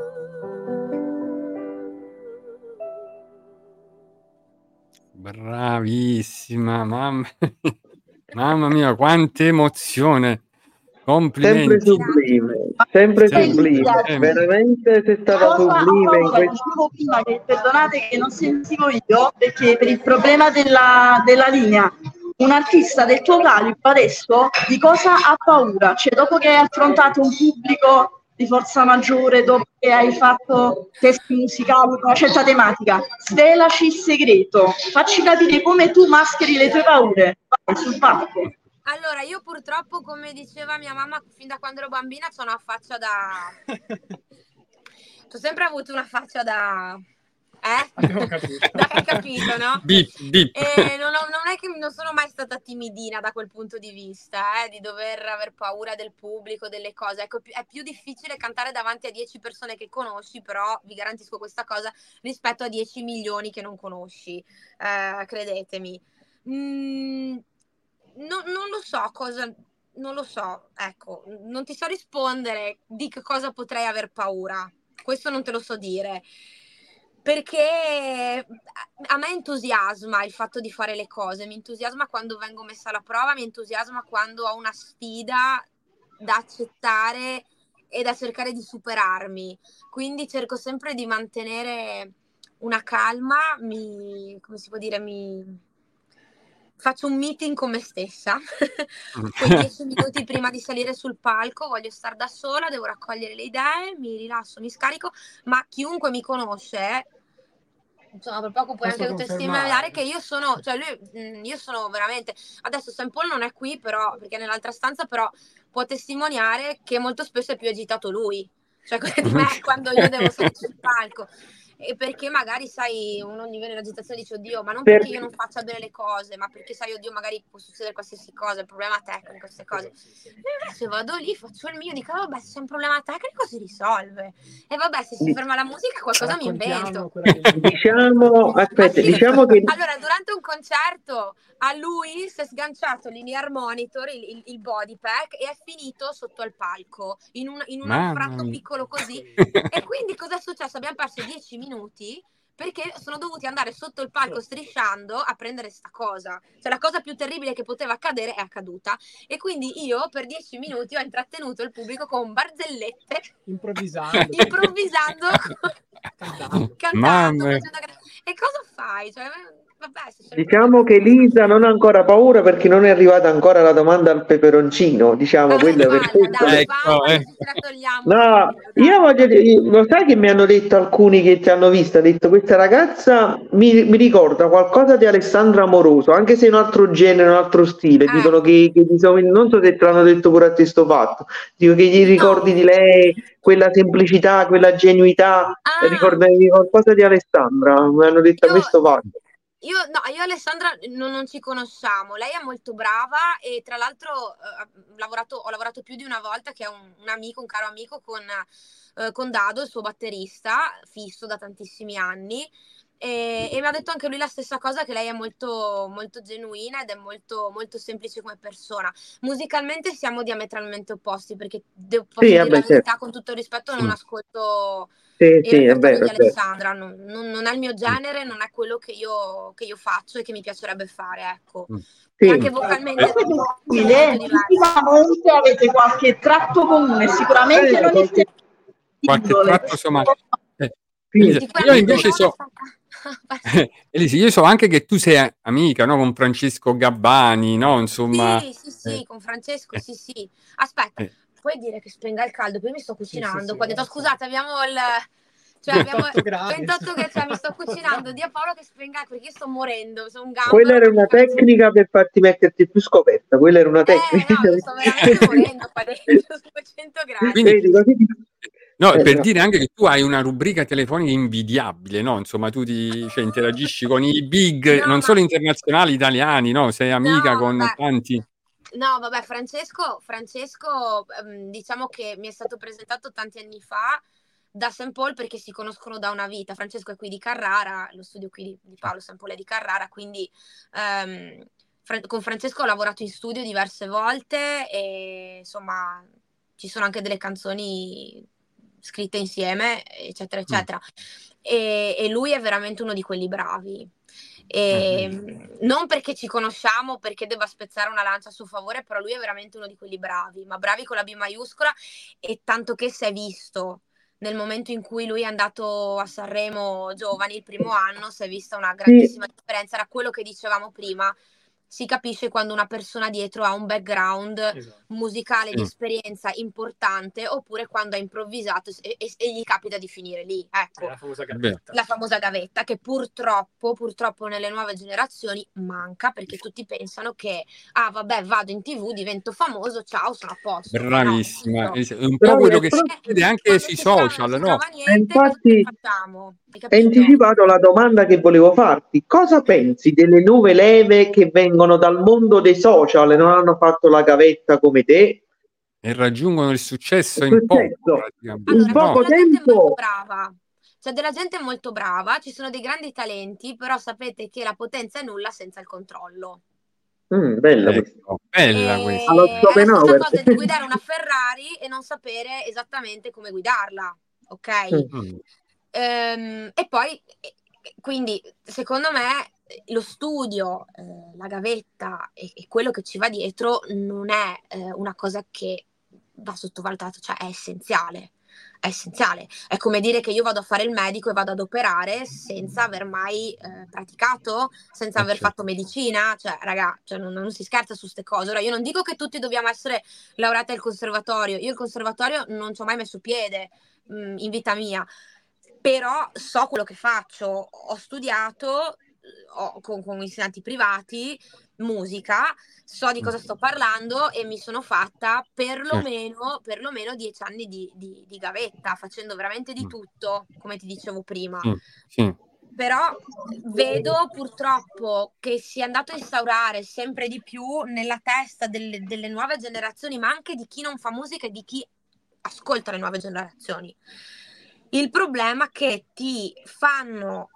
Bravissima, mamma mia, quanta emozione! Sempre Complimenti. sublime, sempre Sempre, sublime, sempre. veramente sei stata sublime in questo. Dicevo prima che perdonate che non sentivo io perché per il problema della linea. Un artista del tuo calibro adesso di cosa ha paura? Cioè dopo che hai affrontato un pubblico di forza maggiore, dopo che hai fatto testi musicali con una certa tematica, svelaci il segreto, facci capire come tu mascheri le tue paure. Vai sul palco. Allora, io purtroppo, come diceva mia mamma, fin da quando ero bambina, c'ho una faccia da... C'ho sempre avuto una faccia da... Abbiamo capito. Hai capito, no? Bip. E non è che non sono mai stata timidina da quel punto di vista, di dover aver paura del pubblico, delle cose. Ecco, è più difficile cantare davanti a 10 persone che conosci, però vi garantisco questa cosa, rispetto a 10 milioni che non conosci, credetemi. Non lo so cosa, non lo so, ecco, non ti so rispondere di che cosa potrei aver paura, questo non te lo so dire, perché a me entusiasma il fatto di fare le cose, mi entusiasma quando vengo messa alla prova, mi entusiasma quando ho una sfida da accettare e da cercare di superarmi, quindi cerco sempre di mantenere una calma, come si può dire, faccio un meeting con me stessa, quei 10 minuti prima di salire sul palco voglio stare da sola, devo raccogliere le idee, mi rilasso, mi scarico, ma chiunque mi conosce, insomma, per poco puoi Posso anche confermare. testimoniare che io sono, cioè io sono veramente, adesso Sam Paul non è qui però, perché è nell'altra stanza, però può testimoniare che molto spesso è più agitato lui, cioè di me quando io devo salire sul palco. E perché magari, sai, uno gli viene l'agitazione e dice oddio, ma non perché io non faccia bene le cose, ma perché sai, oddio, magari può succedere qualsiasi cosa, il problema tecnico, queste cose. E invece vado lì, faccio il mio, dico vabbè, se c'è un problema tecnico si risolve. E vabbè, se si ferma la musica qualcosa mi invento. Diciamo, aspetta, diciamo che Allora, durante un concerto a lui si è sganciato l'in-ear monitor, il body pack, e è finito sotto al palco, in un anfratto piccolo così. E quindi cosa è successo? Abbiamo perso 10 minuti perché sono dovuti andare sotto il palco strisciando a prendere sta cosa. Cioè la cosa più terribile che poteva accadere è accaduta. E quindi io per 10 minuti ho intrattenuto il pubblico con barzellette, improvvisando cantando. E cosa fai? Cioè, vabbè, diciamo che Lisa non ha ancora paura perché non è arrivata ancora la domanda al peperoncino, diciamo, quello per questo. No, io voglio dire, lo sai che mi hanno detto alcuni che ti hanno visto, ha detto questa ragazza mi ricorda qualcosa di Alessandra Amoroso, anche se è un altro genere, un altro stile, dicono che non so se te l'hanno detto pure a te sto fatto, dico che gli ricordi di lei, quella semplicità, quella genuità, ricordavi qualcosa di Alessandra, mi hanno detto a questo fatto. Io Alessandra non ci conosciamo, lei è molto brava e tra l'altro ho lavorato più di una volta, che è un amico, un caro amico con Dado, il suo batterista fisso da tantissimi anni, E mi ha detto anche lui la stessa cosa, che lei è molto, molto genuina ed è molto, molto semplice come persona. Musicalmente siamo diametralmente opposti, perché posso dire la verità, con tutto il rispetto, non ascolto il repertorio di Alessandra, non è il mio genere, non è quello che io faccio e che mi piacerebbe fare, ecco. E anche vocalmente sicuramente avete qualche tratto comune, sicuramente non il qualche tratto somatico. Io invece so Elisa, io so anche che tu sei amica, no, con Francesco Gabbani, no, insomma. Sì, con Francesco, sì. Aspetta, puoi dire che spenga il caldo? Poi mi sto cucinando. Poi ho detto, scusate, abbiamo abbiamo 28 gradi, mi sto cucinando. Di a Paolo che spenga, perché io sto morendo, sono un gambero. Quella era una tecnica per farti metterti più scoperta, quella era una tecnica. No, sto veramente morendo qua dentro, su 200 gradi. Quindi, no, per dire anche che tu hai una rubrica telefonica invidiabile, no? Insomma, tu interagisci con i big, non solo internazionali, italiani, no? Sei amica con tanti. No, vabbè, Francesco, diciamo che mi è stato presentato tanti anni fa da St. Paul, perché si conoscono da una vita. Francesco è qui di Carrara, lo studio qui di Paolo St. Paul è di Carrara, quindi con Francesco ho lavorato in studio diverse volte e insomma ci sono anche delle canzoni scritte insieme, eccetera, eccetera. E lui è veramente uno di quelli bravi. Non perché ci conosciamo, perché debba spezzare una lancia a suo favore, però lui è veramente uno di quelli bravi, ma bravi con la B maiuscola, e tanto che si è visto nel momento in cui lui è andato a Sanremo Giovani il primo anno, si è vista una grandissima differenza. Era quello che dicevamo prima, si capisce quando una persona dietro ha un background musicale di esperienza importante, oppure quando ha improvvisato e gli capita di finire lì, ecco, la famosa gavetta, che purtroppo nelle nuove generazioni manca, perché tutti pensano che vabbè, vado in TV, divento famoso, ciao, sono a posto. Bravissima, no, è un po' quello che succede anche sui social, no? Infatti hai anticipato la domanda che volevo farti: cosa pensi delle nuove leve che vengono dal mondo dei social e non hanno fatto la gavetta come te e raggiungono il successo in poco tempo? C'è della gente molto brava, ci sono dei grandi talenti, però sapete che la potenza è nulla senza il controllo. Bella questa. È la stessa cosa di guidare una Ferrari e non sapere esattamente come guidarla, ok? E poi, quindi, secondo me, lo studio, la gavetta e quello che ci va dietro non è una cosa che va sottovalutata, cioè è essenziale. È come dire che io vado a fare il medico e vado ad operare senza aver mai praticato, senza aver fatto medicina, cioè raga, non si scherza su ste cose. Ora io non dico che tutti dobbiamo essere laureati al conservatorio, io il conservatorio non ci ho mai messo piede in vita mia, però so quello che faccio, ho studiato con insegnanti privati musica, so di cosa sto parlando e mi sono fatta perlomeno 10 anni di gavetta, facendo veramente di tutto, come ti dicevo prima. Però vedo purtroppo che si è andato a instaurare sempre di più nella testa delle nuove generazioni, ma anche di chi non fa musica e di chi ascolta le nuove generazioni, il problema è che ti fanno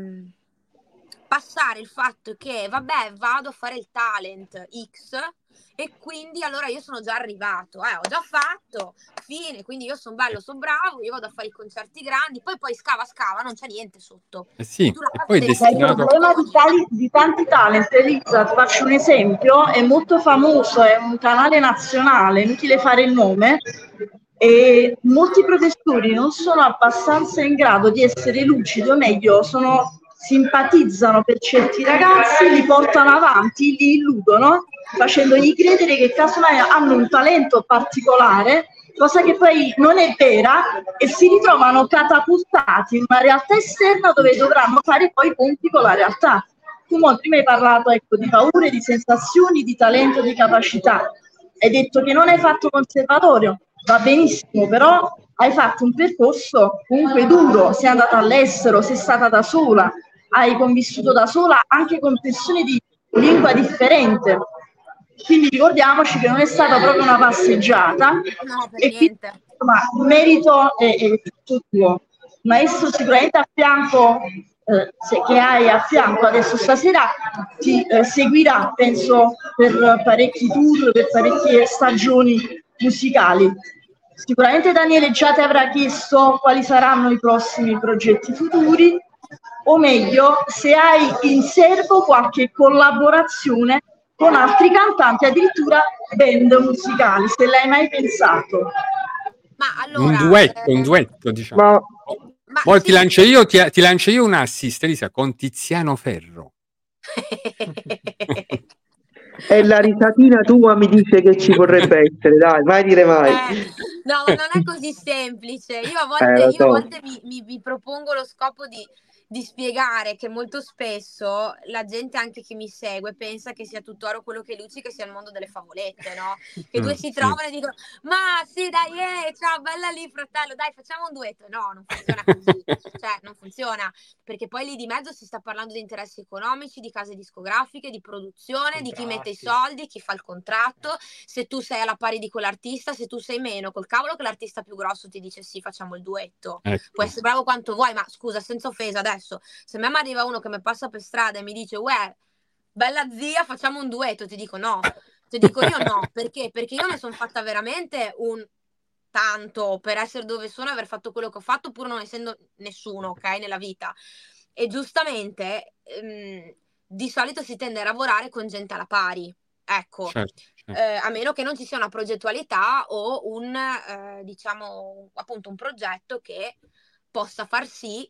passare il fatto che vabbè, vado a fare il talent X e quindi allora io sono già arrivato, ho già fatto, fine, quindi io sono bello, sono bravo, io vado a fare i concerti grandi, poi scava, non c'è niente sotto. E poi è destinato... Il problema di tanti talent, Elisa, ti faccio un esempio, è molto famoso, è un canale nazionale, inutile fare il nome, e molti professori non sono abbastanza in grado di essere lucidi, o meglio, simpatizzano per certi ragazzi, li portano avanti, li illudono, facendogli credere che casomai hanno un talento particolare, cosa che poi non è vera, e si ritrovano catapultati in una realtà esterna dove dovranno fare poi i conti con la realtà. Tu prima hai parlato di paure, di sensazioni, di talento, di capacità. Hai detto che non hai fatto conservatorio, va benissimo, però hai fatto un percorso comunque duro, sei andata all'estero, sei stata da sola, hai convissuto da sola anche con persone di lingua differente, quindi ricordiamoci che non è stata proprio una passeggiata, e quindi, il merito è tutto tuo. Maestro sicuramente a fianco che hai a fianco adesso stasera ti seguirà, penso, per parecchi tour, per parecchie stagioni musicali. Sicuramente Daniele già ti avrà chiesto quali saranno i prossimi progetti futuri, o meglio, se hai in serbo qualche collaborazione con altri cantanti, addirittura band musicali, se l'hai mai pensato. Ma allora, un duetto, diciamo. Poi sì. ti lancio io un assist, Elisa, con Tiziano Ferro. E la risatina tua mi dice che ci vorrebbe essere, dai, mai dire mai. No, ma non è così semplice. Io a volte mi propongo lo scopo di spiegare che molto spesso la gente anche che mi segue pensa che sia tutto oro quello che luccica, che sia il mondo delle favolette, no? Che due si trovano e dicono: ma sì, dai, ciao, bella lì, fratello, dai, facciamo un duetto. No, non funziona così. Cioè, non funziona, perché poi lì di mezzo si sta parlando di interessi economici, di case discografiche, di produzione, di chi mette i soldi, chi fa il contratto, se tu sei alla pari di quell'artista, se tu sei meno, col cavolo che l'artista più grosso ti dice sì, facciamo il duetto. Ecco. Puoi essere bravo quanto vuoi, ma scusa, senza offesa adesso, se a me arriva uno che mi passa per strada e mi dice uè, bella zia, facciamo un duetto, ti dico no. Ti dico io no, perché? Perché io mi sono fatta veramente un tanto per essere dove sono, aver fatto quello che ho fatto pur non essendo nessuno, ok, nella vita. E giustamente di solito si tende a lavorare con gente alla pari, ecco. Certo. A meno che non ci sia una progettualità o un diciamo appunto un progetto che possa far sì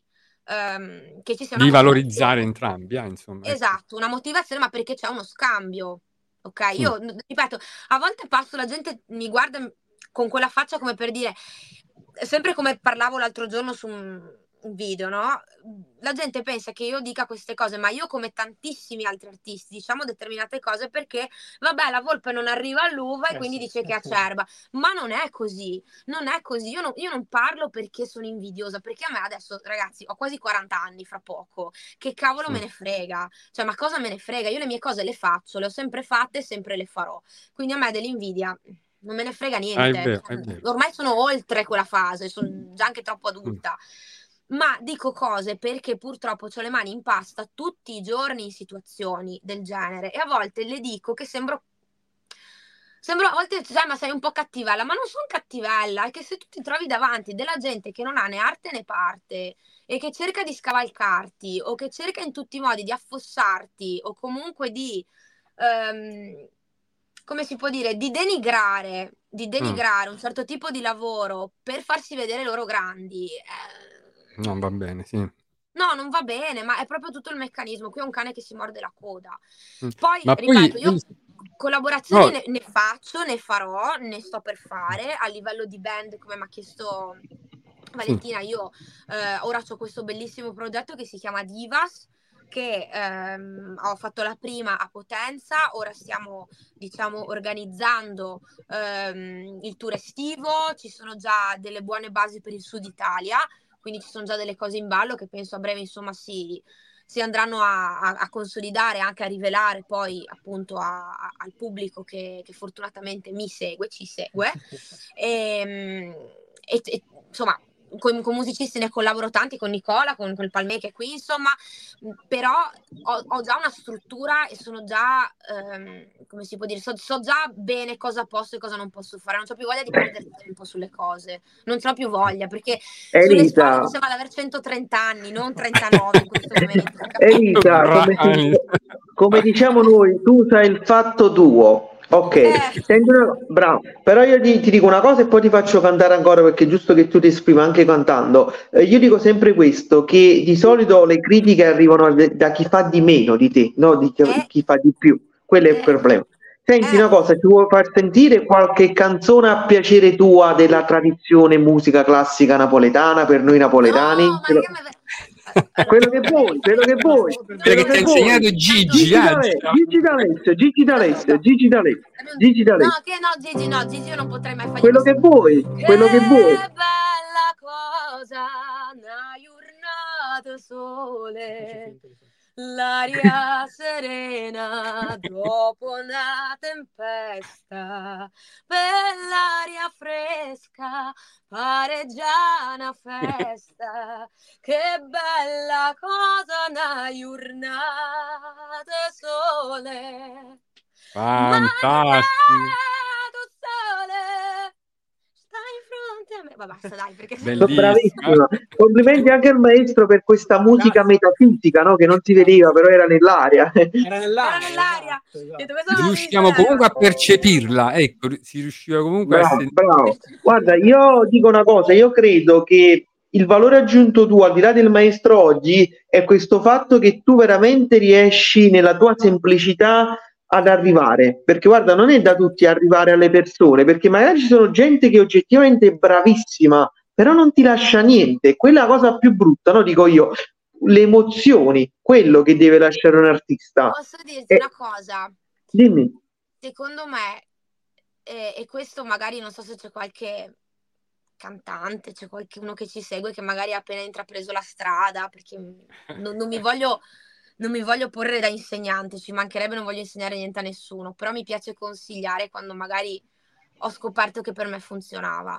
che ci sia una di valorizzare entrambi, insomma. Esatto, una motivazione, ma perché c'è uno scambio, ok? Sì. Io ripeto, a volte passo, la gente mi guarda con quella faccia come per dire, sempre come parlavo l'altro giorno su un video, no? La gente pensa che io dica queste cose, ma io come tantissimi altri artisti diciamo determinate cose perché vabbè, la volpe non arriva all'uva e quindi dice che è acerba, ma non è così, non è così. Io non parlo perché sono invidiosa, perché a me adesso, ragazzi, ho quasi 40 anni fra poco, che cavolo me ne frega, cioè ma cosa me ne frega, io le mie cose le faccio, le ho sempre fatte e sempre le farò, quindi a me dell'invidia non me ne frega niente. È vero. Ormai sono oltre quella fase, sono già anche troppo adulta. Ma dico cose perché purtroppo ho le mani in pasta tutti i giorni in situazioni del genere e a volte le dico che sembro a volte, ma sei un po' cattivella, ma non sono cattivella, è che se tu ti trovi davanti della gente che non ha né arte né parte e che cerca di scavalcarti o che cerca in tutti i modi di affossarti o comunque di come si può dire, di denigrare un certo tipo di lavoro per farsi vedere loro grandi, non va bene, sì. No, non va bene, ma è proprio tutto il meccanismo. Qui è un cane che si morde la coda. Poi, ripeto, io collaborazioni ne faccio, ne farò, ne sto per fare a livello di band, come mi ha chiesto Valentina. Io ora ho questo bellissimo progetto che si chiama Divas, che ho fatto la prima a Potenza, ora stiamo diciamo organizzando il tour estivo, ci sono già delle buone basi per il Sud Italia, quindi ci sono già delle cose in ballo che penso a breve insomma si andranno a consolidare, anche a rivelare poi appunto al pubblico che fortunatamente ci segue e insomma con musicisti ne collaboro tanti, con Nicola, con il Palmè che è qui insomma, però ho già una struttura e sono già come si può dire, so già bene cosa posso e cosa non posso fare, non ho più voglia di perdere tempo sulle cose, non ce l'ho più voglia perché Elisa, sulle spalle mi sembra di aver 130 anni, non 39 in questo momento. Elisa, come diciamo noi, tu sai il fatto tuo. Ok, bravo. Però io ti dico una cosa e poi ti faccio cantare ancora perché è giusto che tu ti esprima anche cantando. Io dico sempre questo, che di solito le critiche arrivano da chi fa di meno di te, no di chi fa di più. Quello è il problema. Senti una cosa, ti vuoi far sentire qualche canzone a piacere tua della tradizione musica classica napoletana per noi napoletani? No, quello che vuoi. Quello che ti ha insegnato Gigi D'Alessio. No, Gigi io non potrei mai fare quello che vuoi. Che bella cosa, una giornata sole, l'aria serena dopo una tempesta, per l'aria fresca pare già una festa, che bella cosa una giornata sole. Fantastico. Sole, stai in fronte a me. Ma basta, dai, perché Sono bravissima. Complimenti anche al maestro per questa musica Grazie. metafisica, no? Che non si vedeva, però era nell'aria. Era nell'aria. Esatto. Detto, questa non Riusciamo mi comunque a percepirla, ecco, si riusciva comunque a Bravo, sentire. bravo. Guarda, io dico una cosa, io credo che il valore aggiunto tuo, al di là del maestro oggi, è questo fatto che tu veramente riesci nella tua semplicità ad arrivare, perché guarda, non è da tutti arrivare alle persone, perché magari ci sono gente che oggettivamente è bravissima, però non ti lascia niente. Quella è la cosa più brutta, no? Dico io, le emozioni, quello che deve lasciare un artista. Posso dirti una cosa? Dimmi. Secondo me, e questo magari non so se c'è qualche cantante, c'è qualcuno che ci segue che magari ha appena intrapreso la strada, perché non mi voglio porre da insegnante, ci mancherebbe, non voglio insegnare niente a nessuno, però mi piace consigliare quando magari ho scoperto che per me funzionava.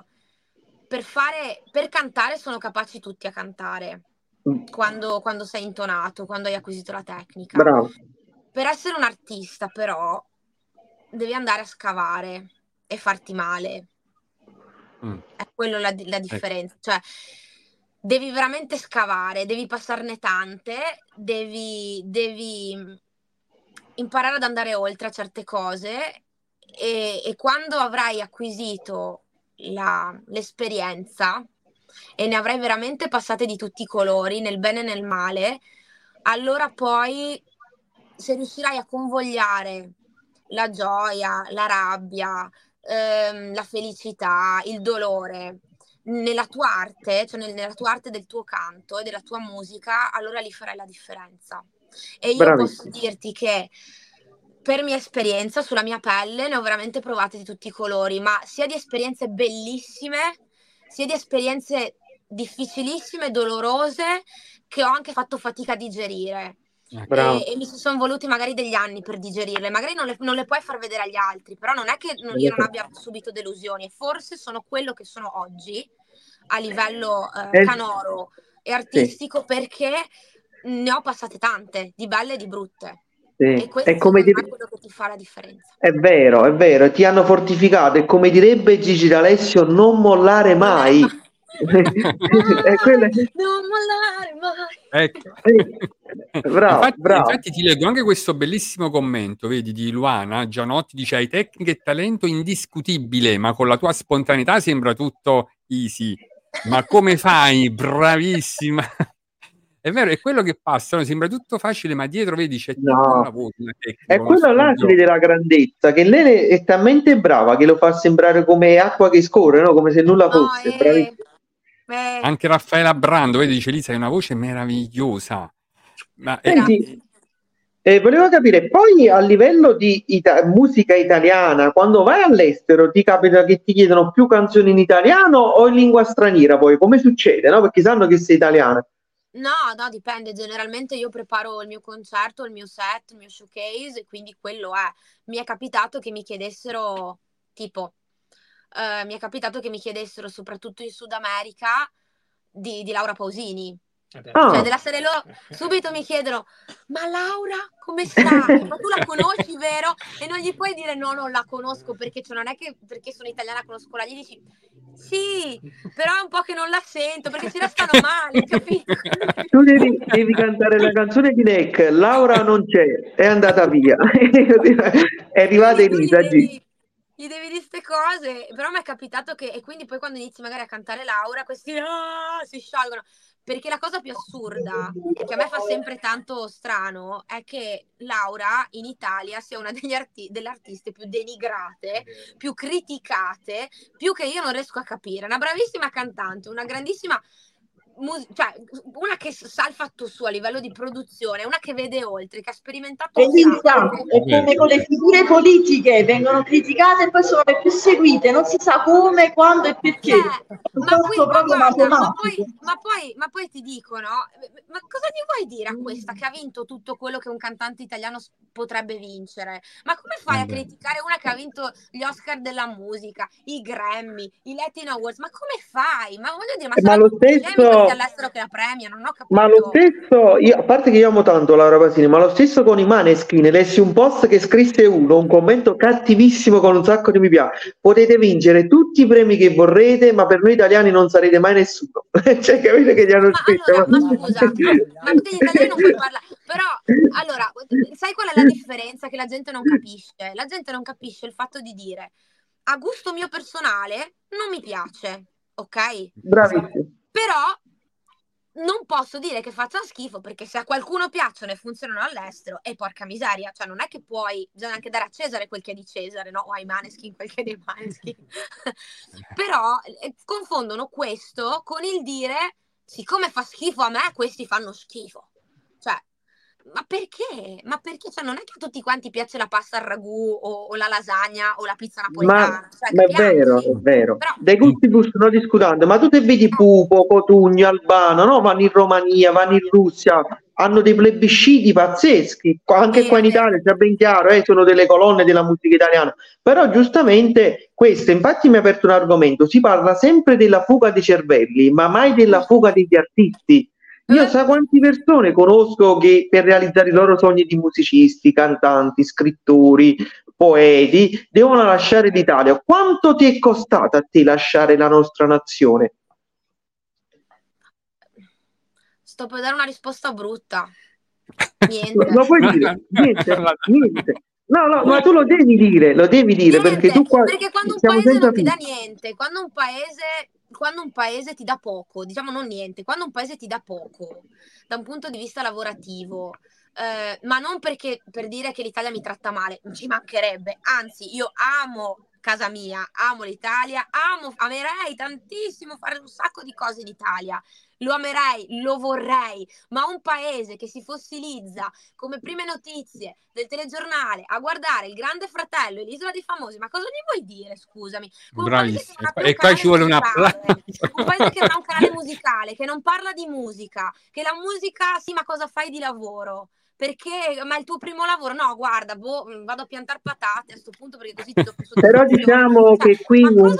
Per cantare sono capaci tutti a cantare, quando sei intonato, quando hai acquisito la tecnica. Bravo. Per essere un artista, però, devi andare a scavare e farti male. È quello la differenza. Cioè, devi veramente scavare, devi passarne tante, devi imparare ad andare oltre a certe cose e quando avrai acquisito l'esperienza e ne avrai veramente passate di tutti i colori, nel bene e nel male, allora poi se riuscirai a convogliare la gioia, la rabbia, la felicità, il dolore nella tua arte, cioè nella tua arte del tuo canto e della tua musica, allora lì farai la differenza. E io posso dirti che per mia esperienza, sulla mia pelle, ne ho veramente provate di tutti i colori, ma sia di esperienze bellissime, sia di esperienze difficilissime, dolorose, che ho anche fatto fatica a digerire. E mi si sono voluti magari degli anni per digerirle, magari non le puoi far vedere agli altri, però non è che io non abbia subito delusioni, e forse sono quello che sono oggi a livello canoro e artistico, perché ne ho passate tante, di belle e di brutte. E questo è quello che ti fa la differenza. È vero, ti hanno fortificato, e come direbbe Gigi D'Alessio, non mollare mai. Non mollare mai. Ecco. Infatti ti leggo anche questo bellissimo commento, vedi, di Luana Gianotti, dice: hai tecnica e talento indiscutibile, ma con la tua spontaneità sembra tutto easy. Ma come fai? Bravissima. È vero, è quello che passa, sembra tutto facile, ma dietro vedi c'è tutto un lavoro, una tecnica. È quello là si vede la grandezza, che lei è talmente brava che lo fa sembrare come acqua che scorre, no? Come se nulla fosse. Anche Raffaella Brando, vedi, dice: Lisa, hai una voce meravigliosa. Ma senti, volevo capire, poi a livello di musica italiana, quando vai all'estero ti capita che ti chiedono più canzoni in italiano o in lingua straniera? Poi come succede, no? Perché sanno che sei italiana. No, dipende. Generalmente io preparo il mio concerto, il mio set, il mio showcase, e quindi quello è. Mi è capitato che mi chiedessero, soprattutto in Sud America, di Laura Pausini. Cioè della serie, loro subito mi chiedono: ma Laura come sta? Ma tu la conosci, vero? E non gli puoi dire no, non la conosco, perché non è che perché sono italiana conosco gli dici sì, però è un po' che non la sento, perché si restano male, capito? Tu devi cantare la canzone di Neck, Laura non c'è, è andata via. È arrivata Elisa G. Gli devi dire queste cose, però mi è capitato che, e quindi poi quando inizi magari a cantare Laura, questi si sciolgono. Perché la cosa più assurda, che a me fa sempre tanto strano, è che Laura in Italia sia una delle artiste più denigrate, più criticate, più che io non riesco a capire. Una bravissima cantante, una grandissima, cioè, una che sa il fatto suo a livello di produzione, una che vede oltre, che ha sperimentato Elisa, è come con le figure politiche, vengono criticate e poi sono le più seguite, non si sa come, quando e perché. Ma poi ti dicono, ma cosa gli vuoi dire a questa che ha vinto tutto quello che un cantante italiano potrebbe vincere? Ma come fai a criticare una che ha vinto gli Oscar della musica, i Grammy, i Latin Awards? Ma come fai? Ma voglio dire, ma lo stesso all'estero che la premiano, non ho capito. Ma lo stesso, a parte che io amo tanto Laura Pasini, ma lo stesso con i Maneskin, lessi un post che scrisse un commento cattivissimo con un sacco di mi piace. Potete vincere tutti i premi che vorrete, ma per noi italiani non sarete mai nessuno. Cioè, capite che gli hanno scritto? Allora, ma scusa, ma degli italiani non puoi parlare. Però, allora, sai qual è la differenza che la gente non capisce? La gente non capisce il fatto di dire, a gusto mio personale, non mi piace, ok? Bravissimo. Però non posso dire che faccia schifo, perché se a qualcuno piacciono e funzionano all'estero, e porca miseria, cioè non è che puoi, bisogna anche dare a Cesare quel che è di Cesare, no? O ai Maneskin quel che è dei Maneskin. Però confondono questo con il dire, siccome fa schifo a me, questi fanno schifo. Cioè, ma perché? Ma perché? Cioè, non è che a tutti quanti piace la pasta al ragù o la lasagna o la pizza napoletana. Ma è vero, è vero. Però, dei gustibus non discutando, ma tu te vedi Pupo, Cotugno, Albano, no? Vanno in Romania, vanno in Russia, hanno dei plebisciti pazzeschi, anche qua in Italia, sia ben chiaro, sono delle colonne della musica italiana. Però giustamente questo, infatti mi ha aperto un argomento, si parla sempre della fuga dei cervelli, ma mai della fuga degli artisti. Io so quante persone conosco che per realizzare i loro sogni di musicisti, cantanti, scrittori, poeti, devono lasciare l'Italia. Quanto ti è costato a te lasciare la nostra nazione? Sto per dare una risposta brutta. Niente. Lo puoi dire? Niente. No, ma tu lo devi dire, niente, perché tu qua perché quando un siamo paese non ti figli. dà niente, quando un paese ti dà poco, diciamo non niente, quando un paese ti dà poco da un punto di vista lavorativo, ma non perché per dire che l'Italia mi tratta male, non ci mancherebbe, anzi io amo casa mia, amo l'Italia, amerei tantissimo fare un sacco di cose in Italia, lo amerei, lo vorrei, ma un paese che si fossilizza come prime notizie del telegiornale a guardare il Grande Fratello e l'Isola dei Famosi, ma cosa gli vuoi dire, scusami? Bravissimo, e qua ci vuole un applauso. Un paese che non ha un canale musicale, che non parla di musica, che la musica, sì, ma cosa fai di lavoro? Perché, ma è il tuo primo lavoro? No, guarda, vado a piantare patate a sto punto perché così ti do più Però diciamo che qui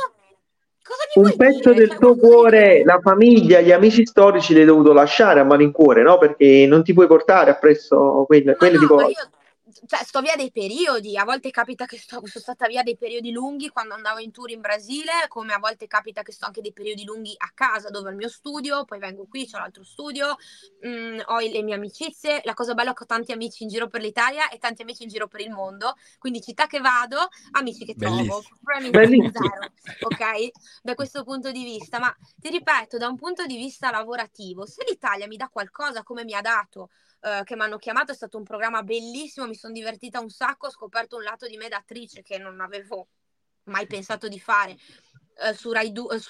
un pezzo del tuo cuore, la famiglia, gli amici storici li hai dovuto lasciare a malincuore, no? Perché non ti puoi portare appresso quelle di cose. Cioè, sto via dei periodi, a volte capita che sono stata via dei periodi lunghi quando andavo in tour in Brasile, come a volte capita che sto anche dei periodi lunghi a casa dove ho il mio studio, poi vengo qui, c'ho l'altro studio, ho le mie amicizie, la cosa bella è che ho tanti amici in giro per l'Italia e tanti amici in giro per il mondo, quindi città che vado, amici che trovo, Bellissimo. zero, ok? Da questo punto di vista, ma ti ripeto, da un punto di vista lavorativo, se l'Italia mi dà qualcosa come mi ha dato, che mi hanno chiamato, è stato un programma bellissimo, mi sono divertita un sacco, ho scoperto un lato di me da attrice che non avevo mai pensato di fare. Su Rai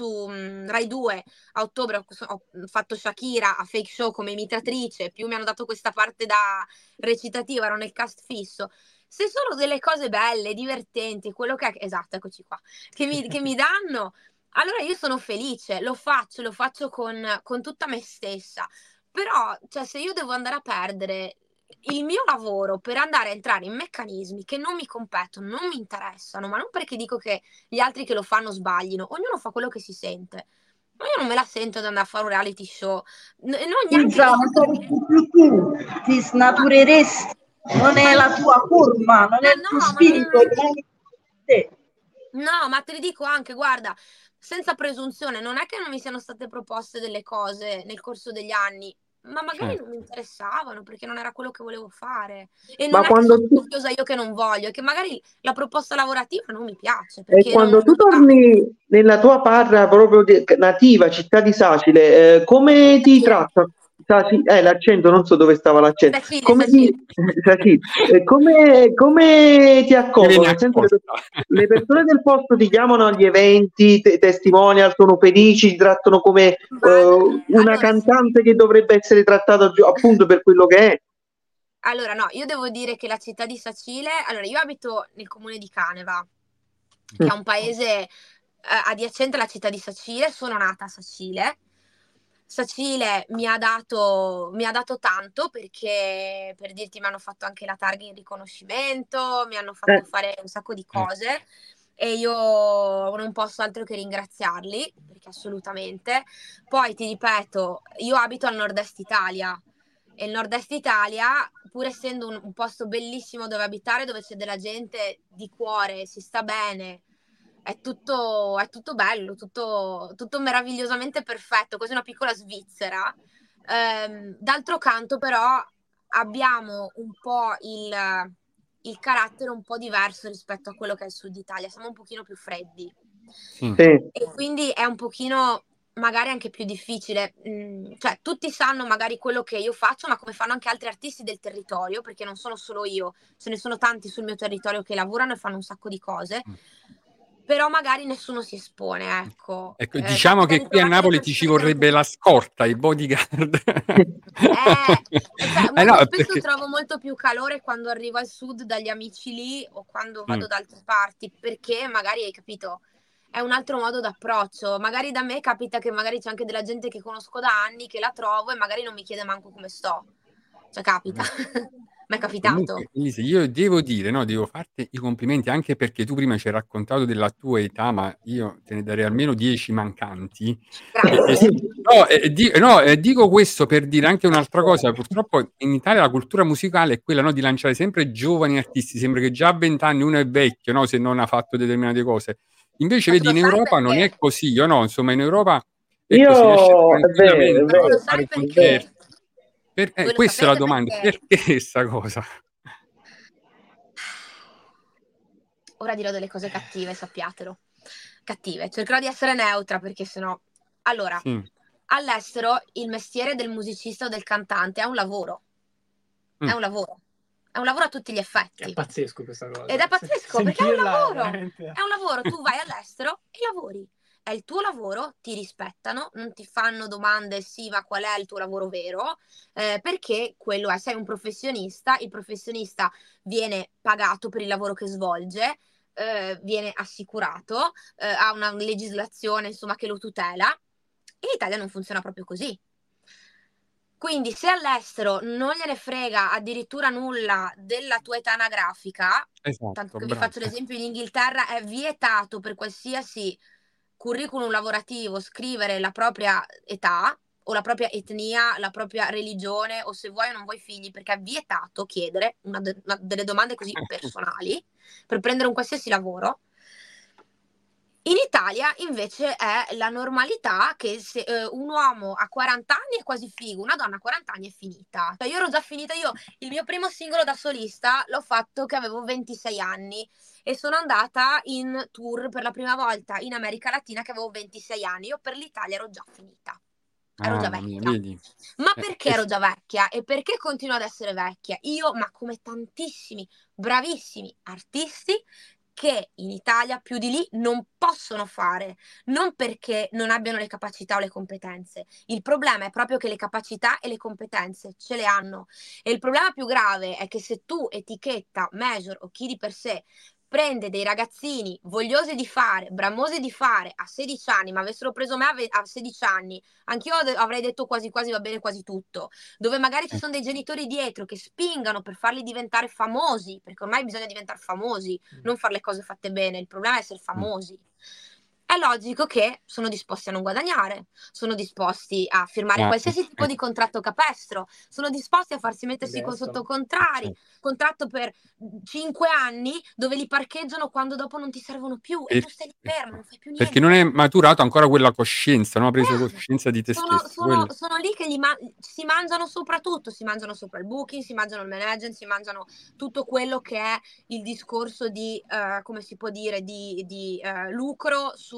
2 a ottobre ho fatto Shakira a Fake Show come imitatrice, più mi hanno dato questa parte da recitativa, ero nel cast fisso. Se sono delle cose belle, divertenti, quello che è, esatto, eccoci qua, che mi danno, allora io sono felice, lo faccio con tutta me stessa. Però, cioè, se io devo andare a perdere il mio lavoro per andare a entrare in meccanismi che non mi competono, non mi interessano, ma non perché dico che gli altri che lo fanno sbaglino, ognuno fa quello che si sente. Ma io non me la sento di andare a fare un reality show. Tu ti snatureresti, non è la tua forma, non è il tuo spirito. No, ma te li dico anche, guarda, senza presunzione, non è che non mi siano state proposte delle cose nel corso degli anni, ma magari non mi interessavano perché non era quello che volevo fare. E non è che sono curiosa io che non voglio, è che magari la proposta lavorativa non mi piace. E quando tu torni nella tua patria proprio nativa, città di Sacile, come ti tratta? L'accento, non so dove stava l'accento. Sacile. Come ti accolgono? Nel senso che le persone del posto ti chiamano agli eventi, testimonial, sono felici, ti trattano come una cantante che dovrebbe essere trattata appunto per quello che è. Allora, no, io devo dire che la città di Sacile, allora io abito nel comune di Caneva, che è un paese adiacente alla città di Sacile, sono nata a Sacile. Sacile mi ha dato tanto perché, per dirti, mi hanno fatto anche la targa in riconoscimento, mi hanno fatto fare un sacco di cose e io non posso altro che ringraziarli, perché assolutamente. Poi ti ripeto, io abito al nord-est Italia e il nord-est Italia, pur essendo un posto bellissimo dove abitare, dove c'è della gente di cuore, si sta bene, è tutto bello, tutto meravigliosamente perfetto, quasi una piccola Svizzera. D'altro canto però abbiamo un po' il carattere un po' diverso rispetto a quello che è il sud Italia, siamo un pochino più freddi. Sì. E quindi è un pochino magari anche più difficile, cioè tutti sanno magari quello che io faccio, ma come fanno anche altri artisti del territorio, perché non sono solo io, ce ne sono tanti sul mio territorio che lavorano e fanno un sacco di cose. Però magari nessuno si espone, ecco. Diciamo che qui a Napoli ci vorrebbe la scorta, i bodyguard. Spesso trovo molto più calore quando arrivo al sud dagli amici lì o quando vado da altre parti, perché magari, hai capito, è un altro modo d'approccio. Magari da me capita che magari c'è anche della gente che conosco da anni, che la trovo e magari non mi chiede manco come sto. Cioè capita. Mi è capitato. Comunque, Elisa, io devo dire, devo farti i complimenti anche perché tu prima ci hai raccontato della tua età, ma io te ne darei almeno 10 mancanti. Dico questo per dire anche un'altra cosa. Purtroppo in Italia la cultura musicale è quella di lanciare sempre giovani artisti. Sembra che già a 20 anni uno è vecchio, se non ha fatto determinate cose. Invece, vedi, in Europa non è così, insomma, in Europa si riesce tranquillamente a fare concerti. Questa è la domanda, perché questa cosa? Ora dirò delle cose cattive, sappiatelo. Cattive, cercherò di essere neutra perché sennò... Allora, all'estero il mestiere del musicista o del cantante è un lavoro. È un lavoro. È un lavoro a tutti gli effetti. È pazzesco questa cosa. Ed è pazzesco perché è un lavoro. Veramente... È un lavoro, tu vai all'estero e lavori. È il tuo lavoro, ti rispettano, non ti fanno domande sì, ma qual è il tuo lavoro vero? Perché quello è, sei un professionista, il professionista viene pagato per il lavoro che svolge, viene assicurato, ha una legislazione insomma che lo tutela. In Italia non funziona proprio così. Quindi se all'estero non gliene frega addirittura nulla della tua età anagrafica, tanto che vi faccio l'esempio, in Inghilterra è vietato per qualsiasi curriculum lavorativo scrivere la propria età o la propria etnia, la propria religione o se vuoi o non vuoi figli, perché è vietato chiedere delle domande così personali per prendere un qualsiasi lavoro. In Italia invece è la normalità che se un uomo a 40 anni è quasi figo, una donna a 40 anni è finita. Cioè, io ero già finita, il mio primo singolo da solista l'ho fatto che avevo 26 anni e sono andata in tour per la prima volta in America Latina che avevo 26 anni. Io per l'Italia ero già finita. Ero già vecchia. Ma perché ero già vecchia? E perché continuo ad essere vecchia? Io, ma come tantissimi bravissimi artisti che in Italia più di lì non possono fare, non perché non abbiano le capacità o le competenze. Il problema è proprio che le capacità e le competenze ce le hanno. E il problema più grave è che se tu etichetta, Major o chi di per sé prende dei ragazzini vogliosi di fare, bramosi di fare a 16 anni, ma avessero preso me a 16 anni, anch'io avrei detto quasi quasi va bene quasi tutto, dove magari ci sono dei genitori dietro che spingano per farli diventare famosi, perché ormai bisogna diventare famosi, non fare le cose fatte bene, il problema è essere famosi. È logico che sono disposti a non guadagnare, sono disposti a firmare qualsiasi tipo di contratto capestro, sono disposti a farsi mettersi sotto contratto per 5 anni dove li parcheggiano quando dopo non ti servono più e tu stai fermo, non fai più niente. Perché non è maturato ancora quella coscienza, non ha preso coscienza di te stesso. Sono lì che si mangiano sopra tutto, si mangiano sopra il booking, si mangiano il management, si mangiano tutto quello che è il discorso di, come si può dire, di lucro sul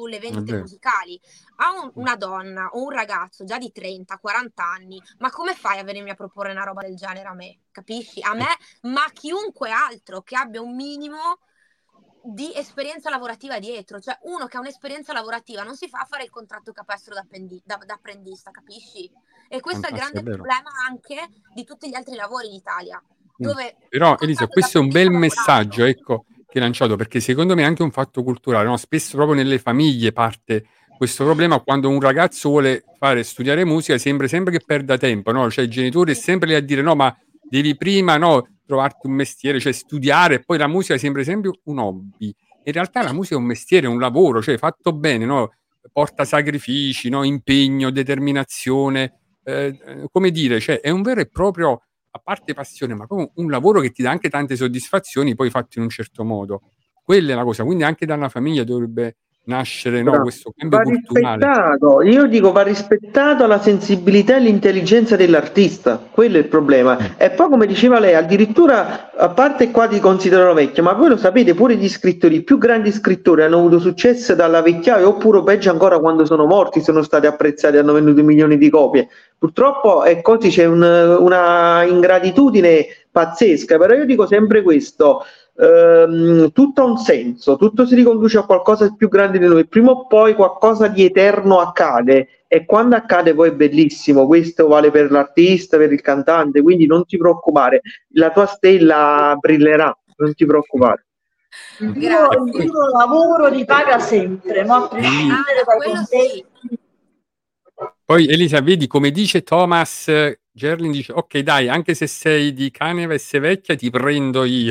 sulle vendite musicali. A una donna o un ragazzo già di 30-40 anni, ma come fai a venirmi a proporre una roba del genere a me? Capisci? A me, ma a chiunque altro che abbia un minimo di esperienza lavorativa dietro. Cioè, uno che ha un'esperienza lavorativa non si fa fare il contratto capestro da apprendista, capisci? E questo è il grande problema anche di tutti gli altri lavori in Italia. Dove però Elisa, questo è un bel messaggio, ecco, che hai lanciato, perché secondo me è anche un fatto culturale, no? Spesso proprio nelle famiglie parte questo problema. Quando un ragazzo vuole studiare musica sembra sempre che perda tempo, no? Cioè i genitori sempre lì a dire no, ma devi prima, no, trovarti un mestiere, cioè studiare, e poi la musica sembra sempre un hobby. In realtà la musica è un mestiere, un lavoro, cioè fatto bene, no? Porta sacrifici, no? Impegno, determinazione, come dire, cioè è un vero e proprio, a parte passione, ma proprio un lavoro che ti dà anche tante soddisfazioni, poi fatto in un certo modo. Quella è la cosa, quindi anche dalla famiglia dovrebbe nascere, no, questo cambio culturale. Rispettato. Io dico va rispettato la sensibilità e l'intelligenza dell'artista, quello è il problema. E poi, come diceva lei, addirittura, a parte qua ti considerano vecchio, ma voi lo sapete, pure gli scrittori, i più grandi scrittori hanno avuto successo dalla vecchiaia, oppure peggio ancora quando sono morti, sono stati apprezzati, hanno venduto milioni di copie. Purtroppo è così, c'è una ingratitudine pazzesca, però io dico sempre questo. Tutto ha un senso, tutto si riconduce a qualcosa di più grande di noi, prima o poi qualcosa di eterno accade, e quando accade poi è bellissimo. Questo vale per l'artista, per il cantante, quindi non ti preoccupare, la tua stella brillerà, non ti preoccupare. Il duro lavoro ripaga sempre, ma a prescindere dai contesti. Poi Elisa, vedi come dice Thomas Gerlin, dice ok dai, anche se sei di Caneva e sei vecchia ti prendo io.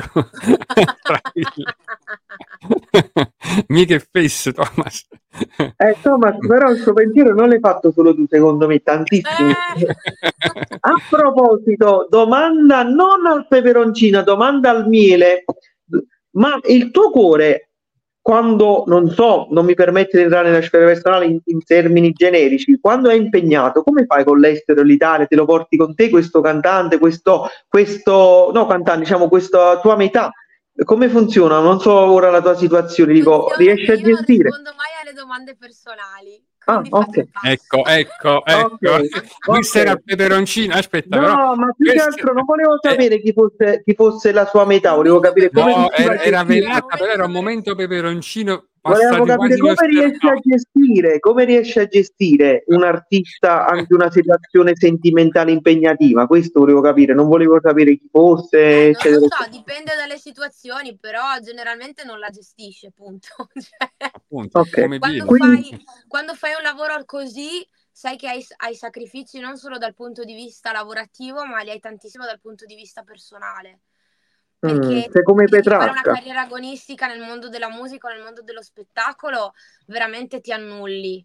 Mica è fesso, Thomas. Thomas, però il suo pensiero non l'hai fatto solo tu, secondo me, tantissimo. A proposito, domanda non al peperoncino, domanda al miele, ma il tuo cuore, quando, non so, non mi permette di entrare nella sfera personale in termini generici, quando è impegnato, come fai con l'estero e l'Italia? Te lo porti con te questo cantante, questo cantante, diciamo, questa tua metà? Come funziona? Non so ora la tua situazione, dico, riesci a gestire? Io non rispondo mai alle domande personali. Okay. Ecco. Questo era il peperoncino. Aspetta, no, ma più che altro non volevo sapere chi fosse la sua metà, volevo capire come. No, era velata, però era un momento peperoncino. Volevo capire come riesci a gestire un artista anche una situazione sentimentale impegnativa. Questo volevo capire, non volevo sapere chi fosse. Non lo so, dipende dalle situazioni, però generalmente non la gestisce, punto. Appunto, okay. Quando fai un lavoro così, sai che hai sacrifici non solo dal punto di vista lavorativo, ma li hai tantissimo dal punto di vista personale. Perché sei come Petrarca. Petrarca. Fare una carriera agonistica nel mondo della musica o nel mondo dello spettacolo veramente ti annulli,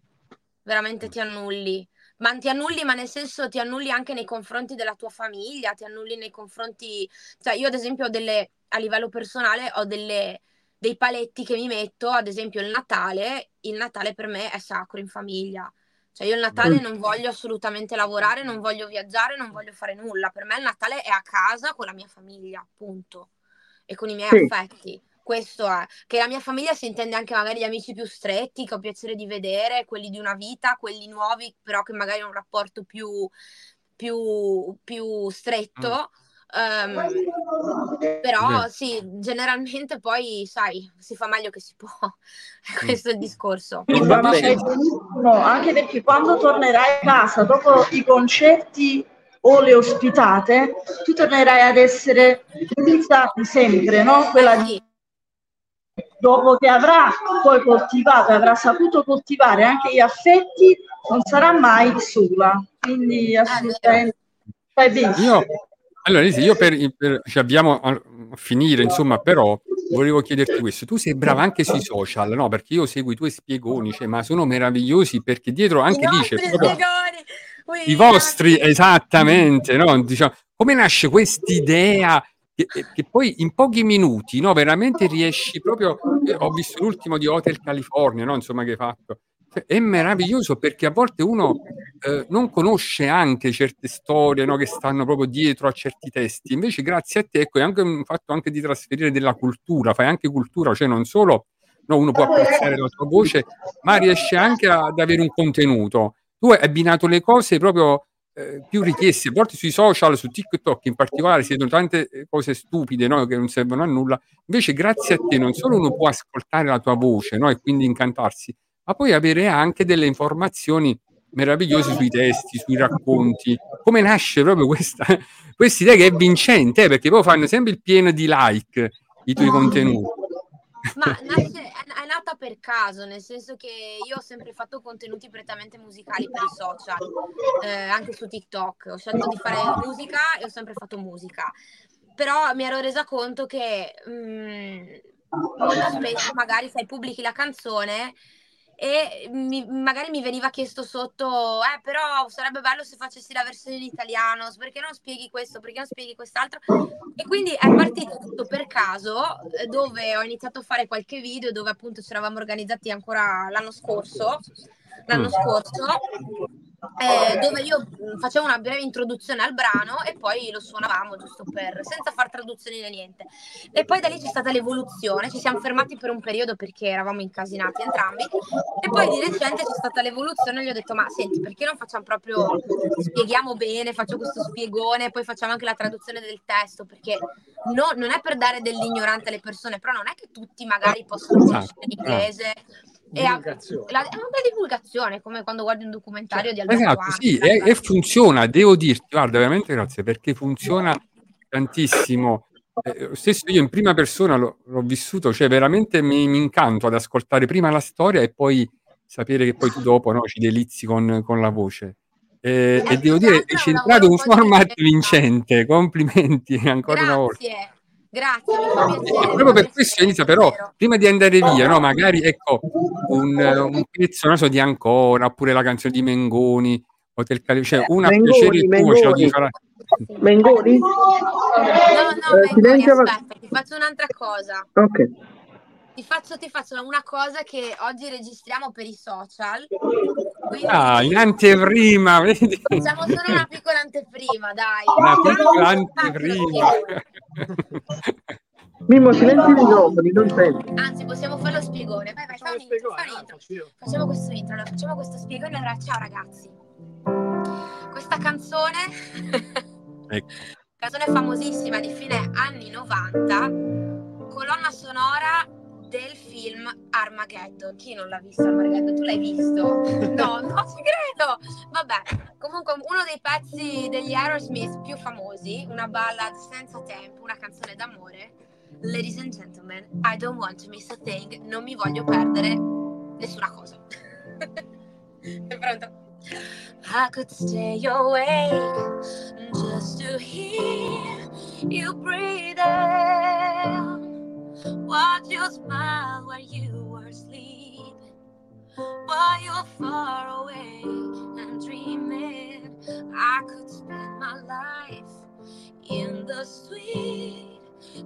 ma ti annulli, ma nel senso ti annulli anche nei confronti della tua famiglia, ti annulli nei confronti, cioè io ad esempio a livello personale ho dei paletti che mi metto, ad esempio il Natale per me è sacro in famiglia. Cioè io il Natale non voglio assolutamente lavorare, non voglio viaggiare, non voglio fare nulla. Per me il Natale è a casa con la mia famiglia, punto. E con i miei affetti. Questo è. Che la mia famiglia si intende anche magari gli amici più stretti, che ho piacere di vedere, quelli di una vita, quelli nuovi, però che magari hanno un rapporto più stretto. Però sì, generalmente poi sai, si fa meglio che si può. Questo è il discorso. Anche perché quando tornerai a casa dopo i concerti o le ospitate, tu tornerai ad essere Elisa di sempre, no? Quella di dopo che avrà poi coltivato, avrà saputo coltivare anche gli affetti, non sarà mai sola. Quindi assolutamente fai benissimo. Allora, Elisa, io ci abbiamo a finire, insomma, però volevo chiederti questo. Tu sei brava anche sui social, no? Perché io seguo i tuoi spiegoni, ma sono meravigliosi, perché dietro anche lì c'è proprio i vostri, esattamente, no? Diciamo, come nasce quest'idea che poi in pochi minuti, no? Veramente riesci proprio. Ho visto l'ultimo di Hotel California, no? Insomma, che hai fatto. È meraviglioso, perché a volte uno non conosce anche certe storie, no, che stanno proprio dietro a certi testi. Invece grazie a te, ecco, è anche un fatto anche di trasferire della cultura, fai anche cultura, cioè non solo no? Uno può apprezzare la tua voce, ma riesce anche ad avere un contenuto. Tu hai abbinato le cose proprio più richieste, a volte sui social, su TikTok in particolare, si vedono tante cose stupide, no? Che non servono a nulla. Invece grazie a te non solo uno può ascoltare la tua voce, no? E quindi incantarsi, ma poi avere anche delle informazioni meravigliose sui testi, sui racconti. Come nasce proprio questa idea che è vincente, perché poi fanno sempre il pieno di like i tuoi contenuti. Ma è nata per caso, nel senso che io ho sempre fatto contenuti prettamente musicali per i social, anche su TikTok. Ho scelto di fare musica e ho sempre fatto musica. Però mi ero resa conto che molto spesso magari sai, pubblichi la canzone e magari mi veniva chiesto sotto, però sarebbe bello se facessi la versione in italiano, perché non spieghi questo, perché non spieghi quest'altro? E quindi è partito tutto per caso, dove ho iniziato a fare qualche video, dove appunto ci eravamo organizzati ancora l'anno scorso, dove io facevo una breve introduzione al brano e poi lo suonavamo giusto senza far traduzioni né niente. E poi da lì c'è stata l'evoluzione, ci siamo fermati per un periodo perché eravamo incasinati entrambi e poi di recente c'è stata l'evoluzione e gli ho detto ma senti, perché non facciamo proprio, spieghiamo bene, faccio questo spiegone, poi facciamo anche la traduzione del testo, perché non è per dare dell'ignorante alle persone, però non è che tutti magari possono conoscere l'inglese. È una divulgazione, come quando guardi un documentario di Alberto Esatto, sì, e funziona, devo dirti, guarda, veramente grazie, perché funziona tantissimo. Stesso io in prima persona l'ho vissuto, cioè veramente mi incanto ad ascoltare prima la storia e poi sapere che poi tu dopo, no, ci delizi con la voce. E devo dire, hai centrato un format vincente, complimenti ancora una volta. Grazie, mi fa piacere. Proprio per questo inizia, però, prima di andare via, no, magari ecco un pezzo, non so, di Ancora, oppure la canzone di Mengoni, Hotel California, cioè una a piacere tuo ce lo devi fare. Mengoni? No, Mengoni, aspetta, ti faccio un'altra cosa. Ok. Ti faccio una cosa che oggi registriamo per i social. In anteprima, vedi? Facciamo solo una piccola anteprima, dai. Una piccola anteprima. Mimmo, silenzio i microfoni, non sento. Anzi, possiamo fare lo spiegone. Vai, fai un intro. Facciamo questo intro, allora, facciamo questo spiegone. Allora, ciao ragazzi. Questa canzone, canzone famosissima di fine anni 90, colonna sonora del film Armageddon. Chi non l'ha visto Armageddon? Tu l'hai visto? No, ci credo. Vabbè, comunque uno dei pezzi degli Aerosmith più famosi, una ballad senza tempo, una canzone d'amore. Ladies and gentlemen, I don't want to miss a thing. Non mi voglio perdere nessuna cosa. È pronto? I could stay awake just to hear you breathe out. Watch you smile while you were sleeping, while you're far away and dreaming. I could spend my life in the sweet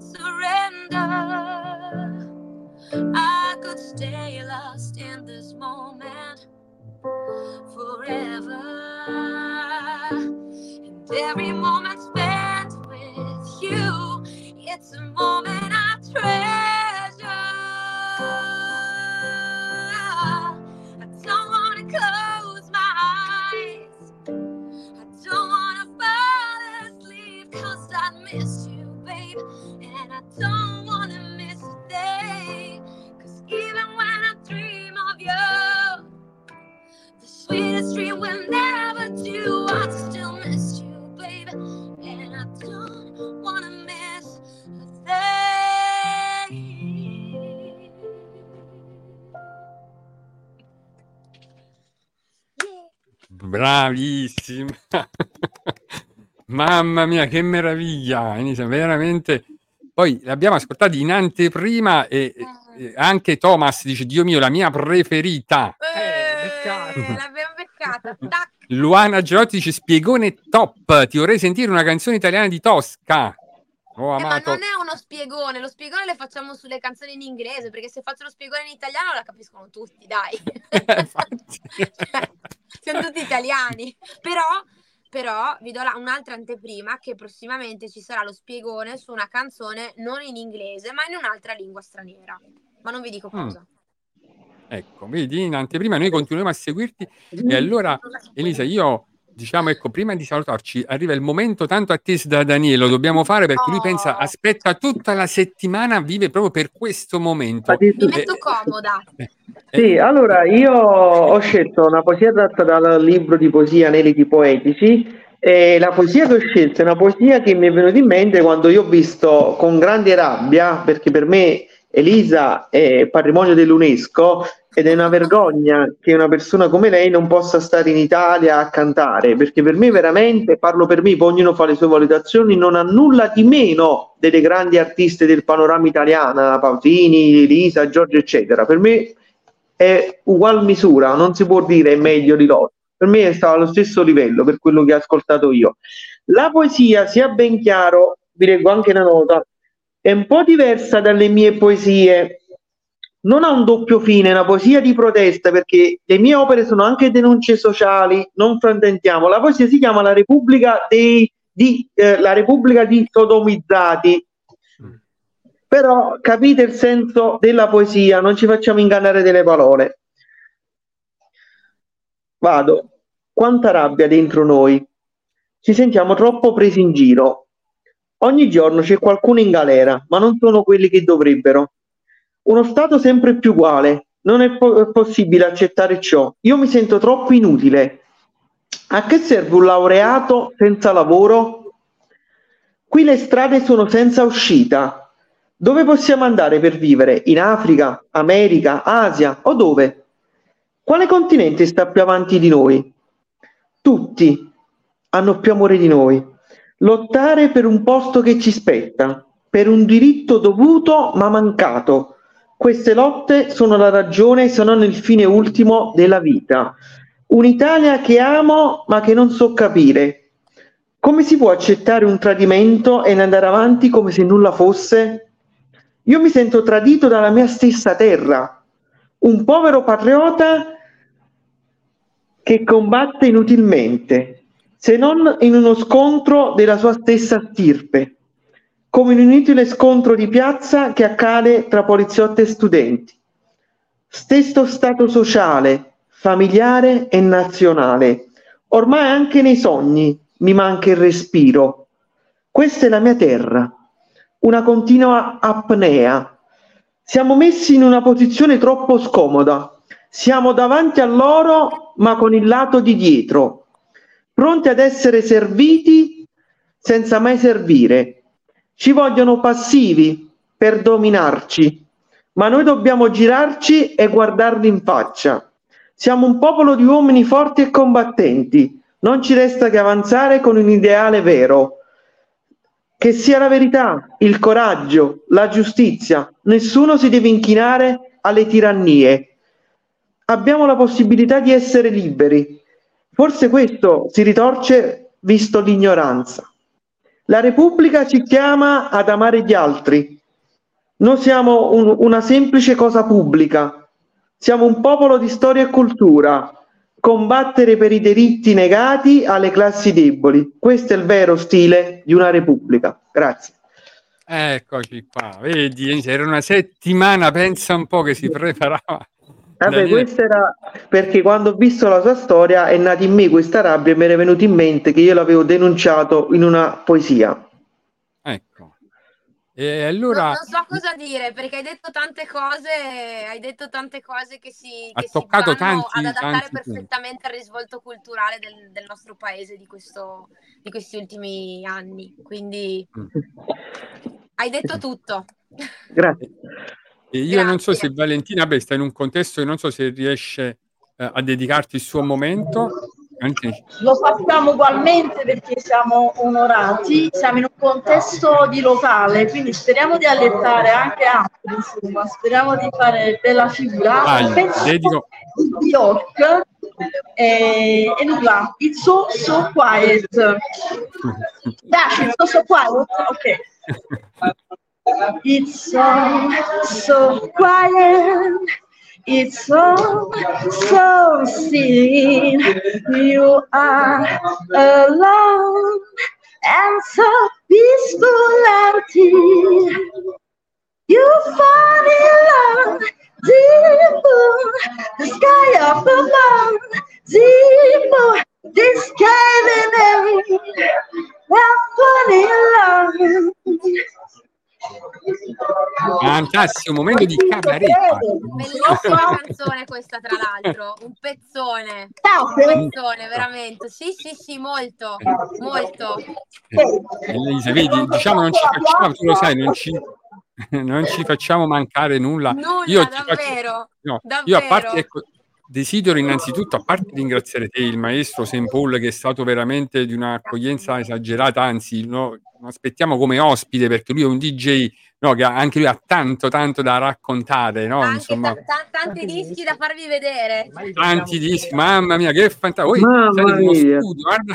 surrender. I could stay lost in this moment forever, and every moment spent with you, it's a moment I treasure. I don't wanna close my eyes, I don't wanna fall asleep, 'cause I miss you, babe, and I don't wanna miss a day, 'cause even when I dream of you, sweetest dream will never do. I still miss you, baby, and I don't wanna miss a thing. Bravissima. Mamma mia, che meraviglia, Anisa, veramente. Poi l'abbiamo ascoltata in anteprima e anche Thomas dice: Dio mio, la mia preferita. L'abbiamo beccata. Tac. Luana Gerotti dice: spiegone top, ti vorrei sentire una canzone italiana di Tosca. Ho amato. Ma non è uno spiegone, lo spiegone le facciamo sulle canzoni in inglese, perché se faccio lo spiegone in italiano la capiscono tutti, dai. Siamo tutti italiani. Però vi do un'altra anteprima, che prossimamente ci sarà lo spiegone su una canzone non in inglese ma in un'altra lingua straniera. ma non vi dico cosa. Ecco, vedi, in anteprima noi continuiamo a seguirti e allora Elisa, io diciamo, ecco, prima di salutarci arriva il momento tanto atteso da Daniele, lo dobbiamo fare perché lui pensa, aspetta tutta la settimana, vive proprio per questo momento. Mi metto comoda. Sì, allora io ho scelto una poesia tratta dal libro di poesia Aneliti Poetici e la poesia che ho scelto è una poesia che mi è venuta in mente quando io ho visto con grande rabbia, perché per me Elisa è patrimonio dell'UNESCO ed è una vergogna che una persona come lei non possa stare in Italia a cantare, perché per me veramente, parlo per me, poi ognuno fa le sue valutazioni, non ha nulla di meno delle grandi artiste del panorama italiano, Pausini, Elisa, Giorgio eccetera. Per me è ugual misura, non si può dire è meglio di loro. Per me stava allo stesso livello per quello che ho ascoltato io. La poesia, sia ben chiaro, vi leggo anche una nota, è un po' diversa dalle mie poesie, non ha un doppio fine, è una poesia di protesta, perché le mie opere sono anche denunce sociali, non fraintentiamo. La poesia si chiama La Repubblica di Sodomizzati, però capite il senso della poesia, non ci facciamo ingannare delle parole. Vado. Quanta rabbia dentro noi, ci sentiamo troppo presi in giro. Ogni giorno c'è qualcuno in galera, ma non sono quelli che dovrebbero. Uno Stato sempre più uguale, non è possibile accettare ciò. Io mi sento troppo inutile. A che serve un laureato senza lavoro? Qui le strade sono senza uscita. Dove possiamo andare per vivere? In Africa, America, Asia o dove? Quale continente sta più avanti di noi? Tutti hanno più amore di noi. Lottare per un posto che ci spetta, per un diritto dovuto ma mancato. Queste lotte sono la ragione, se non il fine ultimo della vita. Un'Italia che amo ma che non so capire. Come si può accettare un tradimento e andare avanti come se nulla fosse? Io mi sento tradito dalla mia stessa terra, un povero patriota che combatte inutilmente, se non in uno scontro della sua stessa stirpe, come un inutile scontro di piazza che accade tra poliziotti e studenti. Stesso stato sociale, familiare e nazionale. Ormai anche nei sogni mi manca il respiro. Questa è la mia terra, una continua apnea. Siamo messi in una posizione troppo scomoda. Siamo davanti a loro, ma con il lato di dietro, pronti ad essere serviti senza mai servire. Ci vogliono passivi per dominarci, ma noi dobbiamo girarci e guardarli in faccia. Siamo un popolo di uomini forti e combattenti. Non ci resta che avanzare con un ideale vero. Che sia la verità, il coraggio, la giustizia. Nessuno si deve inchinare alle tirannie. Abbiamo la possibilità di essere liberi. Forse questo si ritorce visto l'ignoranza. La Repubblica ci chiama ad amare gli altri. Noi siamo una semplice cosa pubblica. Siamo un popolo di storia e cultura. Combattere per i diritti negati alle classi deboli. Questo è il vero stile di una Repubblica. Grazie. Eccoci qua, vedi, era una settimana, pensa un po' che si preparava. Vabbè, questa era perché quando ho visto la sua storia è nata in me questa rabbia e mi era venuto in mente che io l'avevo denunciato in una poesia. Ecco. E allora non so cosa dire, perché hai detto tante cose che si toccato vanno tanti, ad adattare tanti perfettamente al risvolto culturale del nostro paese di questi ultimi anni. Quindi hai detto tutto. Grazie. E io non so se Valentina sta in un contesto che non so se riesce a dedicarti il suo momento. Anzi. Lo facciamo ugualmente perché siamo onorati, siamo in un contesto di locale, quindi speriamo di allettare anche altri, insomma, speriamo di fare bella figura. Dedico New York e nulla, it's so quiet. Dash, it's so quiet, ok. It's so quiet. It's so still. You are alone and so peaceful, empty. You fall in love Tassi, un momento di cabaret. Bellissima canzone questa, tra l'altro, un pezzone, veramente. Sì, molto. Elisa, vedi, diciamo non ci facciamo, tu lo sai, non ci facciamo mancare nulla. Io davvero. Io a parte, ecco, desidero innanzitutto, a parte ringraziare te, il maestro St. Paul, che è stato veramente di un'accoglienza esagerata, anzi lo aspettiamo come ospite, perché lui è un DJ, no, che anche lui ha tanto da raccontare, no? Anche insomma, tanti dischi da farvi vedere. Tanti dischi, mamma mia, che fantastico! Mamma mia. Studio, guarda.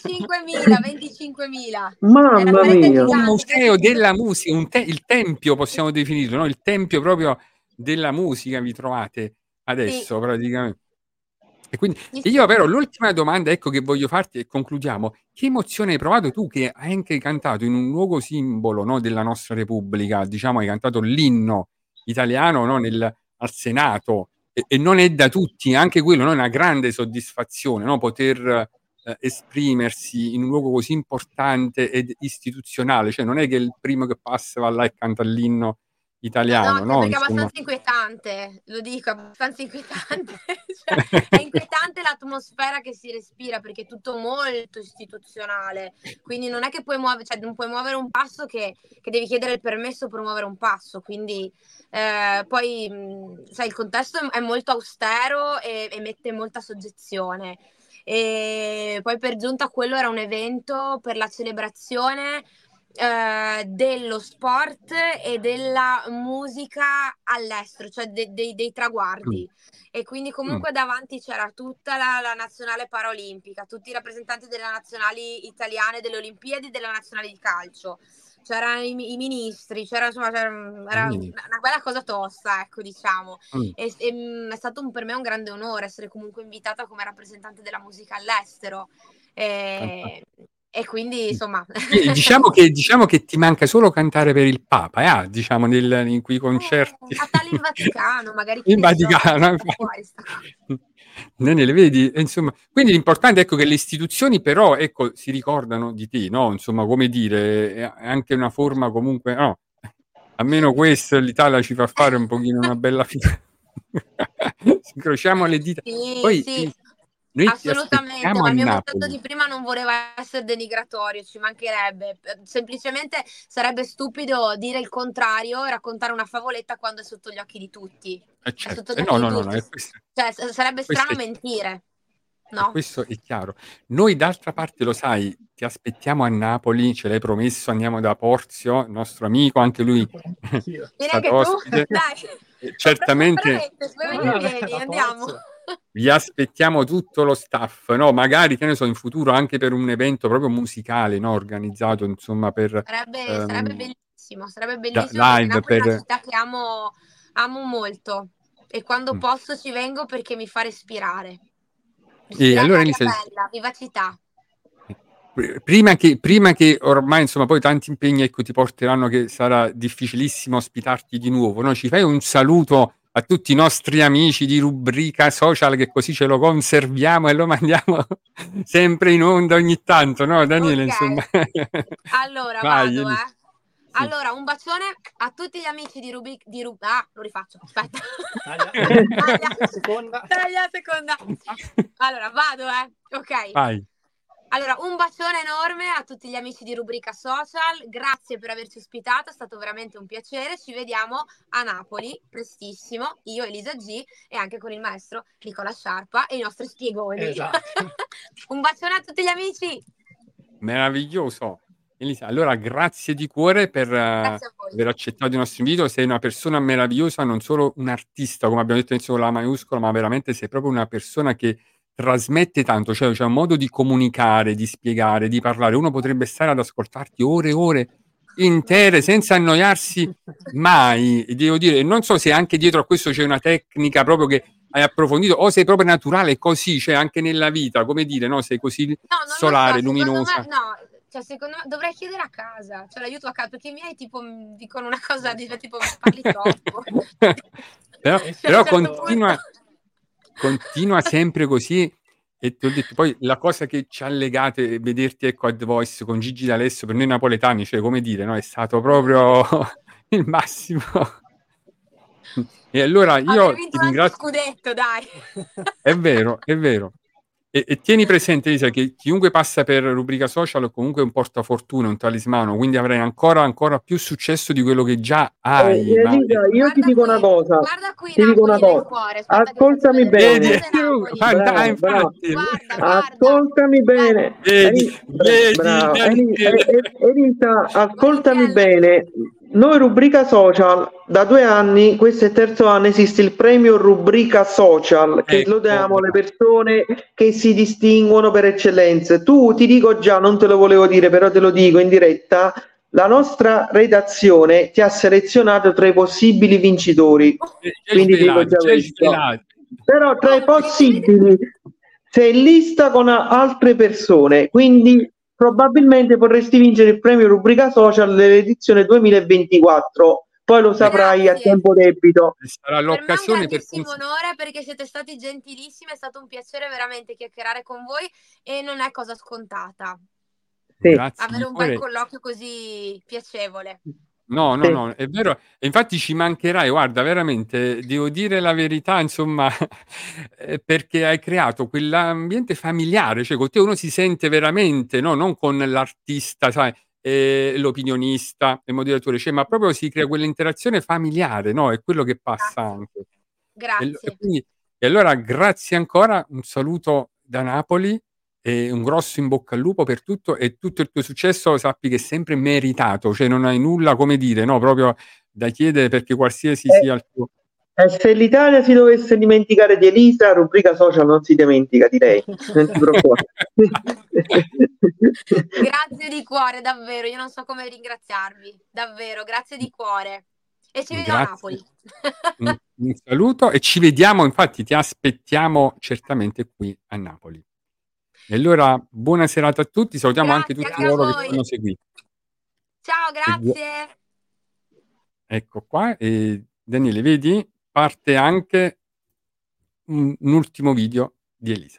25.000. Mamma mia. Un museo della musica, il tempio possiamo definirlo, no? Il tempio proprio della musica vi trovate adesso, praticamente. E quindi io però l'ultima domanda, ecco, che voglio farti e concludiamo: che emozione hai provato tu, che hai anche cantato in un luogo simbolo, no, della nostra Repubblica, diciamo, hai cantato l'inno italiano, no, al Senato, e non è da tutti, anche quello, no, è una grande soddisfazione, no, poter esprimersi in un luogo così importante ed istituzionale, cioè non è che il primo che passa va là e canta l'inno italiano, no? Perché è abbastanza inquietante, lo dico, abbastanza inquietante. Cioè, è inquietante l'atmosfera che si respira, perché è tutto molto istituzionale, quindi non è che puoi muovere, cioè non puoi muovere un passo che devi chiedere il permesso per muovere un passo, quindi poi sai, il contesto è molto austero e mette molta soggezione. E poi per giunta quello era un evento per la celebrazione dello sport e della musica all'estero, cioè dei traguardi. E quindi comunque davanti c'era tutta la nazionale paraolimpica, tutti i rappresentanti delle nazionali italiane delle Olimpiadi e della nazionale di calcio, c'erano i ministri, era una bella cosa tosta, ecco, diciamo. È stato per me un grande onore essere comunque invitata come rappresentante della musica all'estero. E quindi, insomma, diciamo che ti manca solo cantare per il Papa, diciamo, in quei concerti. A tale in Vaticano, magari. In Vaticano, le vedi? Insomma, quindi l'importante, ecco, che le istituzioni però, ecco, si ricordano di te, no? Insomma, come dire, è anche una forma comunque, no? Almeno questo l'Italia ci fa fare un pochino una bella figura. Incrociamo le dita. Poi, sì. noi Assolutamente, ma il mio messaggio di prima non voleva essere denigratorio, ci mancherebbe, semplicemente sarebbe stupido dire il contrario e raccontare una favoletta quando è sotto gli occhi di tutti. Certo. È sotto gli occhi di tutti. Cioè, sarebbe strano mentire, no? Questo è chiaro. Noi d'altra parte, lo sai, ti aspettiamo a Napoli, ce l'hai promesso, andiamo da Porzio, il nostro amico, anche lui stato ospite. Dai. Certamente vieni, andiamo. Vi aspettiamo tutto lo staff, no? Magari, che ne so, in futuro anche per un evento proprio musicale, no? Organizzato, insomma, per sarebbe bellissimo, live, perché Napoli è una città che amo molto, e quando posso ci vengo perché mi fa respirare. E allora bella, vivacità. Prima che ormai, insomma, poi tanti impegni, ecco, ti porteranno, che sarà difficilissimo ospitarti di nuovo, no? Ci fai un saluto a tutti i nostri amici di Rubrica Social, che così ce lo conserviamo e lo mandiamo sempre in onda ogni tanto, no, Daniele? Insomma. Allora, vai, vado, Sì. Allora, un bacione a tutti gli amici di lo rifaccio, aspetta. Taglia seconda. Allora, vado, ok. Vai. Allora, un bacione enorme a tutti gli amici di Rubrica Social, grazie per averci ospitato, è stato veramente un piacere, ci vediamo a Napoli prestissimo, io, Elisa G, e anche con il maestro Nicola Sciarpa e i nostri spiegoni. Esatto. Un bacione a tutti gli amici! Meraviglioso! Elisa, allora grazie di cuore per aver accettato il nostro invito, sei una persona meravigliosa, non solo un artista, come abbiamo detto inizio con la maiuscola, ma veramente sei proprio una persona che trasmette tanto, cioè c'è un modo di comunicare, di spiegare, di parlare. Uno potrebbe stare ad ascoltarti ore e ore intere senza annoiarsi mai. E devo dire, non so se anche dietro a questo c'è una tecnica proprio che hai approfondito, o sei proprio naturale così, cioè anche nella vita, come dire, no? Sei così solare, luminosa. Cioè, secondo me dovrei chiedere a casa, cioè l'aiuto a casa, perché i miei tipo dicono una cosa, tipo parli troppo. però continua sempre così, e ti ho detto, poi la cosa che ci ha legate, vederti, ecco, a The Voice con Gigi D'Alessio, per noi napoletani, cioè, come dire, no, è stato proprio il massimo. E allora io Aver ti vinto anche il ringrazio. scudetto, dai. È vero, è vero. E tieni presente, Elisa, che chiunque passa per Rubrica Social comunque è un portafortuna, un talismano, quindi avrai ancora più successo di quello che già hai. Ma Elisa, io ti Guarda dico una qui, cosa. guarda qui Ti dico una Napoli nel cosa. cuore, aspetta che ti faccio Ascoltami vedere. vedi, bene. Guarda Napoli. Bravo, infatti. Guarda. Ascoltami bene. Vedi, Bravo. Daniele. Elisa, ascoltami Guarda che bene. Noi Rubrica Social, da 2 anni, questo è il terzo anno, esiste il premio Rubrica Social, che Ecco, lo diamo alle bravo. persone che si distinguono per eccellenza. Tu, ti dico già, non te lo volevo dire, però te lo dico in diretta, la nostra redazione ti ha selezionato tra i possibili vincitori. Quindi dico già questo. Però tra i possibili sei in lista con altre persone, quindi probabilmente potresti vincere il premio Rubrica Social dell'edizione 2024. Poi lo saprai a Grazie. tempo debito. Sarà Per me è un l'occasione per grandissimo onore, perché siete stati gentilissimi, è stato un piacere veramente chiacchierare con voi e non è cosa scontata Sì. Grazie avere di un bel cuore. colloquio così piacevole. No, Sì. è vero. E infatti ci mancherai, guarda, veramente, devo dire la verità, insomma, perché hai creato quell'ambiente familiare, cioè con te uno si sente veramente, no, non con l'artista, sai, l'opinionista, il moderatore, cioè, ma proprio si crea quell'interazione familiare, no? È quello che passa Grazie. anche. E Grazie. e allora grazie ancora, un saluto da Napoli e un grosso in bocca al lupo per tutto, e tutto il tuo successo sappi che è sempre meritato, cioè non hai nulla, come dire, no, proprio da chiedere, perché qualsiasi sia il tuo. Se l'Italia si dovesse dimenticare di Elisa, Rubrica Social non si dimentica di lei. Non ti preoccupare. Grazie di cuore, davvero, io non so come ringraziarvi, davvero, grazie di cuore. E ci vediamo a Grazie. Napoli. Un saluto e ci vediamo, infatti ti aspettiamo certamente qui a Napoli. E allora buona serata a tutti, salutiamo anche Grazie tutti anche a loro che voi. ci hanno seguito. Ciao, grazie. Ecco qua, e Daniele, vedi? Parte anche un ultimo video di Elisa.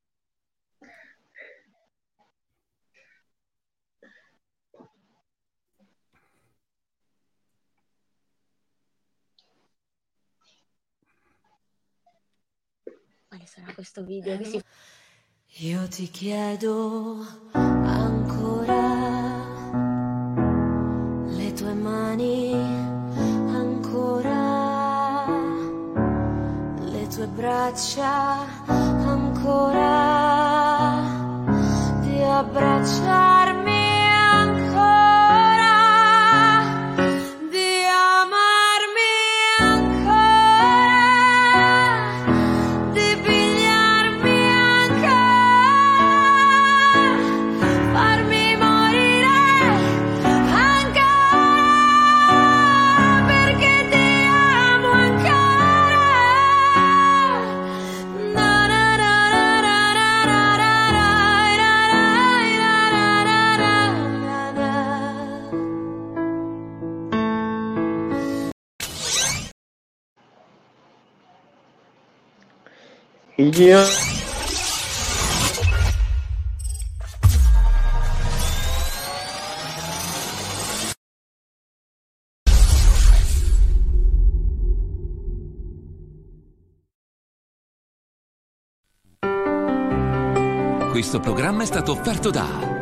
Quale sarà questo video che si... Io ti chiedo ancora le tue mani, ancora le tue braccia, ancora di abbracciarmi, ancora di amarmi, ancora di pigliarmi, ancora farmi morire, ancora perché ti amo, ancora. Na na na na na Io... Questo programma è stato offerto da